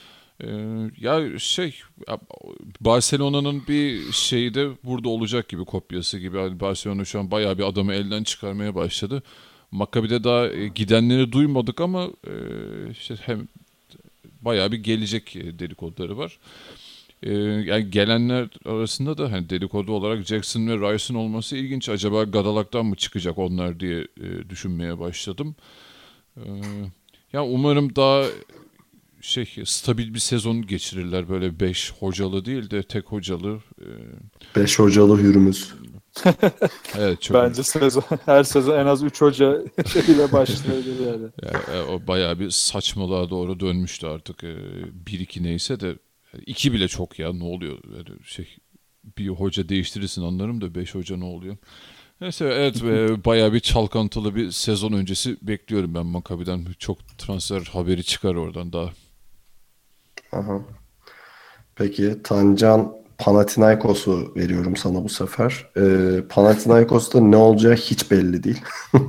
Barcelona'nın bir şeyi de burada olacak gibi, kopyası gibi. Yani Barcelona şu an bayağı bir adamı elden çıkarmaya başladı. Maccabi'de daha gidenleri duymadık ama hem bayağı bir gelecek dedikoduları var. Yani gelenler arasında da hani dedikodu olarak Jackson ve Rice'ın olması ilginç. Acaba Gadalak'tan mı çıkacak onlar diye düşünmeye başladım. Ya umarım daha stabil bir sezon geçirirler. Böyle 5 hocalı değil de tek hocalı. 5 hocalı Hürmüz. Evet, çok. Bence her sezon en az 3 hoca ile başlayabilir yani. O bayağı bir saçmalığa doğru dönmüştü artık. 1-2 neyse de 2 bile çok ya, ne oluyor? Bir hoca değiştirirsin anlarım da 5 hoca ne oluyor? Neyse, evet, bayağı bir çalkantılı bir sezon öncesi bekliyorum ben Maccabi'den. Çok transfer haberi çıkar oradan daha. Aha. Peki Tancan, Panathinaikos'u veriyorum sana bu sefer. Panathinaikos'ta ne olacağı hiç belli değil.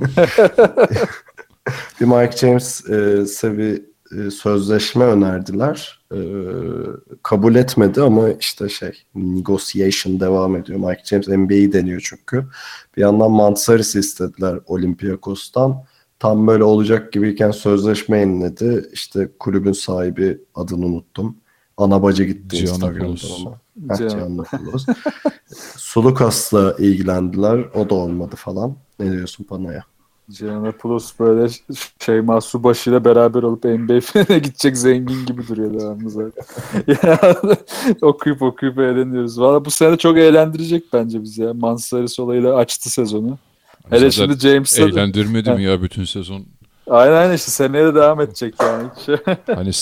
Bir Mike James'e bir sözleşme önerdiler. Kabul etmedi ama işte negotiation devam ediyor. Mike James NBA'yi deniyor çünkü. Bir yandan Mantsaris'i istediler Olympiakos'tan. Tam böyle olacak gibiyken sözleşme yeniledi. İşte kulübün sahibi, adını unuttum. Ana bacı gitti Instagram'dan ona. Gianopoulos. Sulukas'la ilgilendiler. O da olmadı falan. Ne diyorsun Pana'ya? Gianopoulos böyle Şeyma Subaşı ile beraber olup NBA finaline gidecek zengin gibi duruyor devamlı zaten. Yani, okuyup eğleniyoruz. Valla bu sene çok eğlendirecek bence bizi ya. Mansaris olayıyla açtı sezonu. Hele şimdi James'la eğlendirmedi mi ya bütün sezon? Aynen işte seneye de devam edecek yani. Hani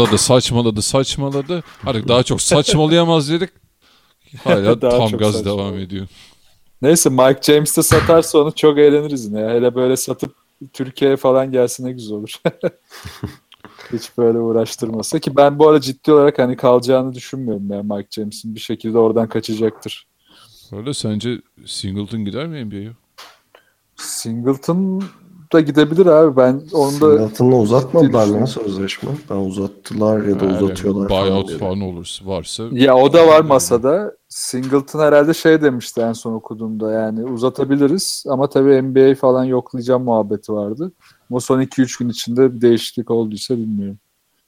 saçmaladı. Artık daha çok saçmalayamaz dedik. Hala tam gaz devam ediyor. Neyse, Mike James de satarsa onu çok eğleniriz yine. Hele böyle satıp Türkiye'ye falan gelse ne güzel olur. Hiç böyle uğraştırmasa ki ben bu arada ciddi olarak hani kalacağını düşünmüyorum ya Mike James'in, bir şekilde oradan kaçacaktır. Öyle, sence Singleton gider mi NBA'ye? Singleton da gidebilir abi. Ben onu da Singleton'la uzatmadılar mı sözleşme? Ben uzattılar ya da uzatıyorlar buyout falan varsa. Ya o da var masada. Singleton herhalde demişti en son okuduğumda, yani uzatabiliriz ama tabii NBA falan yoklayacağım muhabbeti vardı. Ama son 2-3 gün içinde bir değişiklik olduysa bilmiyorum.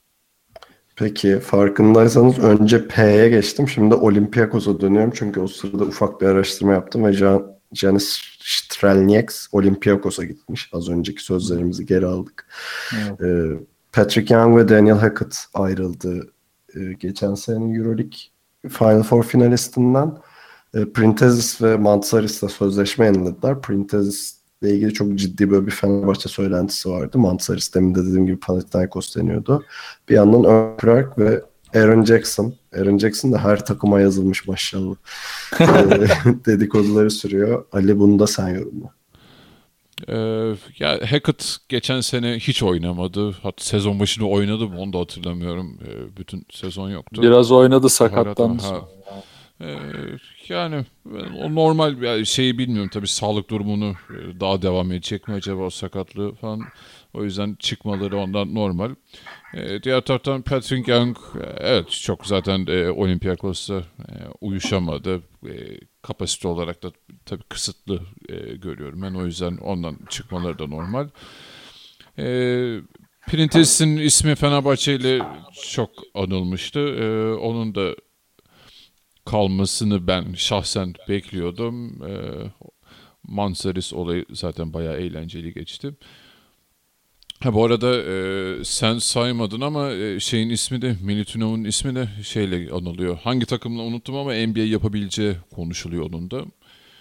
Peki, farkındaysanız önce P'ye geçtim. Şimdi Olympiakos'a dönüyorum. Çünkü o sırada ufak bir araştırma yaptım ve Janis Strelnieks Olympiakos'a gitmiş. Az önceki sözlerimizi geri aldık. Evet. Patrick Young ve Daniel Hackett ayrıldı. Geçen senenin Euroleague Final Four finalistinden. Printezis ve Mantsaris'le sözleşme yenilediler. Printezis'le ilgili çok ciddi böyle bir Fenerbahçe söylentisi vardı. Mantsaris, demin de dediğim gibi Panathinaikos deniyordu. Bir yandan Örprak ve Aaron Jackson. Aaron Jackson da her takıma yazılmış maşallah. Dedikoduları sürüyor. Ali bunu da sen yorumla. Ya Hackett geçen sene hiç oynamadı. Hatta sezon başında oynadı mı onu da hatırlamıyorum. Bütün sezon yoktu. Biraz oynadı, sakatlandı. Yani o normal bir şeyi bilmiyorum tabii, sağlık durumunu daha devam edecek mi acaba o sakatlığı falan. O yüzden çıkmaları ondan normal. Diğer taraftan Patrick Young evet çok zaten Olympiakos'ta uyuşamadı. Kapasite olarak da tabii kısıtlı görüyorum ben, o yüzden ondan çıkmaları da normal. Printez'in ismi Fenerbahçe ile çok anılmıştı. Onun da kalmasını ben şahsen bekliyordum. Mansaris olayı zaten bayağı eğlenceli geçti. Bu arada sen saymadın ama şeyin ismi de, Milutinov'un ismi de şeyle anılıyor. Hangi takımla unuttum ama NBA yapabileceği konuşuluyor onun da.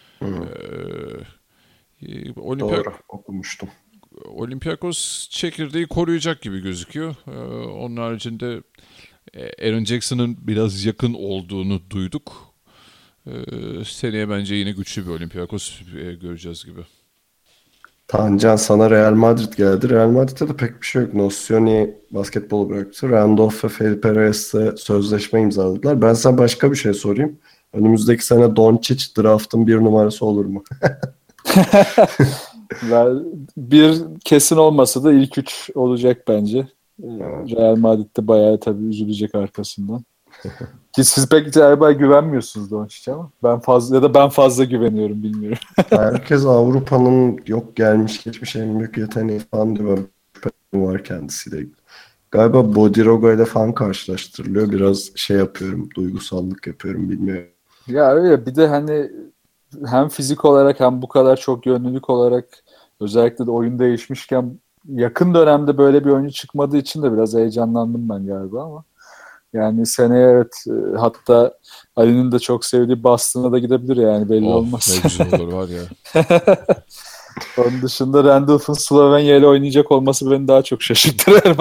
Doğru, okumuştum. Olympiakos çekirdeği koruyacak gibi gözüküyor. Onun haricinde Aaron Jackson'ın biraz yakın olduğunu duyduk. Seneye bence yine güçlü bir Olympiakos göreceğiz gibi. Tancan, sana Real Madrid geldi. Real Madrid'de de pek bir şey yok. Nocioni basketbolu bıraktı. Randolph ve Felipe Reyes'le sözleşme imzaladılar. Ben sana başka bir şey sorayım. Önümüzdeki sene Doncic draft'ın 1 numarası olur mu? Bir kesin olmasa da ilk 3 olacak bence. Real Madrid'de bayağı tabii üzülecek arkasından. Ki siz pek galiba güvenmiyorsunuz Doncic'e ama ben fazla güveniyorum, bilmiyorum. Herkes Avrupa'nın yok gelmiş geçmiş en büyük yeteneği falan diyor. Ben şüphem var kendisiyle. Galiba Bodiroga ile falan karşılaştırılıyor. Biraz şey yapıyorum, duygusallık yapıyorum, bilmiyorum. Ya öyle, bir de hani hem fizik olarak hem bu kadar çok yönlülük olarak, özellikle de oyun değişmişken yakın dönemde böyle bir oyuncu çıkmadığı için de biraz heyecanlandım ben galiba ama. Yani seneye evet, hatta Ali'nin de çok sevdiği Boston'a da gidebilir yani, belli olmaz. Ne güzel olur var ya. Onun dışında Randolph'un Slovenya ile oynayacak olması beni daha çok şaşırtır.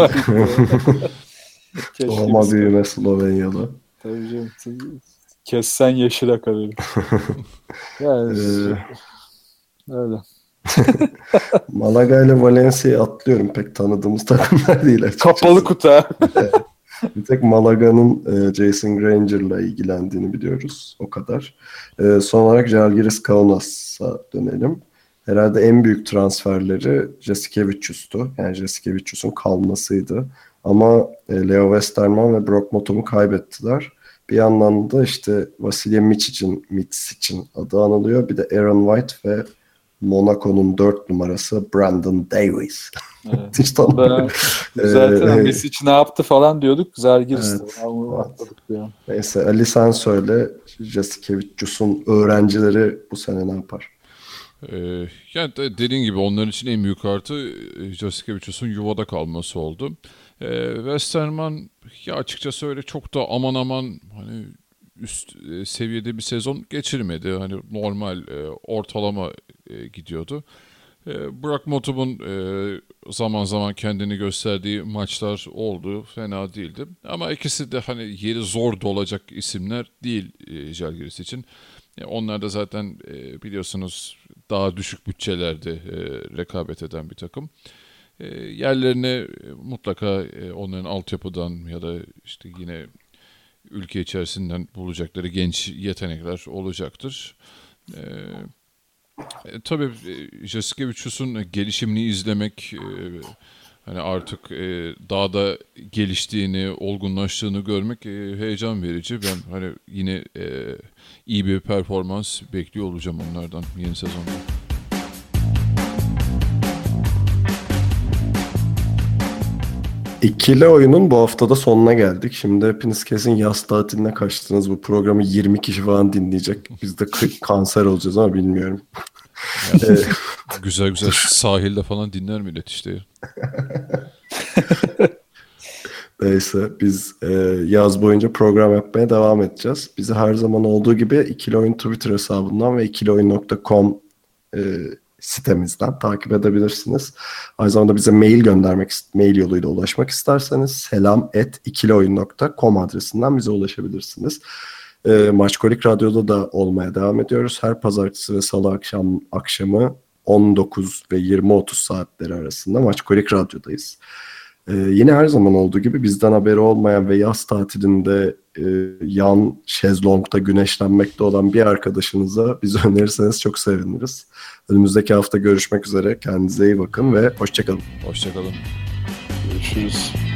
Olma büyüme Slovenya'da. Tabii canım. Kessen yeşil akar. Yani öyle. Malaga ile Valencia'yı atlıyorum. Pek tanıdığımız takımlar değil açıkçası. Kapalı kutu. Bir tek Malaga'nın Jason Granger'la ilgilendiğini biliyoruz. O kadar. Son olarak Žalgiris Kaunas'a dönelim. Herhalde en büyük transferleri Jasikevicius'tu. Yani Jasikevicius'un kalmasıydı. Ama Leo Westerman ve Brock Motom'u kaybettiler. Bir yandan da işte Vasilya Micic'in adı anılıyor. Bir de Aaron White ve Monaco'nun 4 numarası Brandon Davies. Evet. Hiç tanımıyorum. Zaten Misic ne yaptı falan diyorduk. Žalgiris'te. Evet. Neyse Ali sen söyle. Jasikevicius'un öğrencileri bu sene ne yapar? Yani dediğin gibi onların için en büyük artı Jasikevicius'un yuvada kalması oldu. Westerman ya açıkçası öyle çok da aman hani üst seviyede bir sezon geçirmedi. Hani normal ortalama gidiyordu. Brock Motom'un zaman zaman kendini gösterdiği maçlar oldu. Fena değildi. Ama ikisi de hani yeri zor dolacak isimler değil Žalgiris için. Onlar da zaten biliyorsunuz daha düşük bütçelerde rekabet eden bir takım. Yerlerine mutlaka onların altyapıdan ya da işte yine ülke içerisinden bulacakları genç yetenekler olacaktır. Tabii Jasikevicius'un gelişimini izlemek, hani artık daha da geliştiğini, olgunlaştığını görmek heyecan verici. Ben hani yine iyi bir performans bekliyor olacağım onlardan yeni sezonda. İkili oyunun bu haftada sonuna geldik. Şimdi hepiniz kesin yaz tatiline kaçtınız. Bu programı 20 kişi falan dinleyecek. Biz de kanser olacağız ama bilmiyorum. Yani, güzel sahilde falan dinler millet işte. Neyse biz yaz boyunca program yapmaya devam edeceğiz. Bizi her zaman olduğu gibi İkili Oyun Twitter hesabından ve ikilioyun.com sitemizden takip edebilirsiniz. Aynı zamanda bize mail yoluyla ulaşmak isterseniz selam@ikilioyun.com adresinden bize ulaşabilirsiniz. Maçkolik Radyo'da da olmaya devam ediyoruz. Her pazartesi ve salı akşamı 19 ve 20-30 saatleri arasında Maçkolik Radyo'dayız. Yine her zaman olduğu gibi bizden haberi olmayan ve yaz tatilinde yan şezlongda güneşlenmekte olan bir arkadaşınıza bizi önerirseniz çok seviniriz. Önümüzdeki hafta görüşmek üzere. Kendinize iyi bakın ve hoşçakalın. Hoşçakalın. Görüşürüz.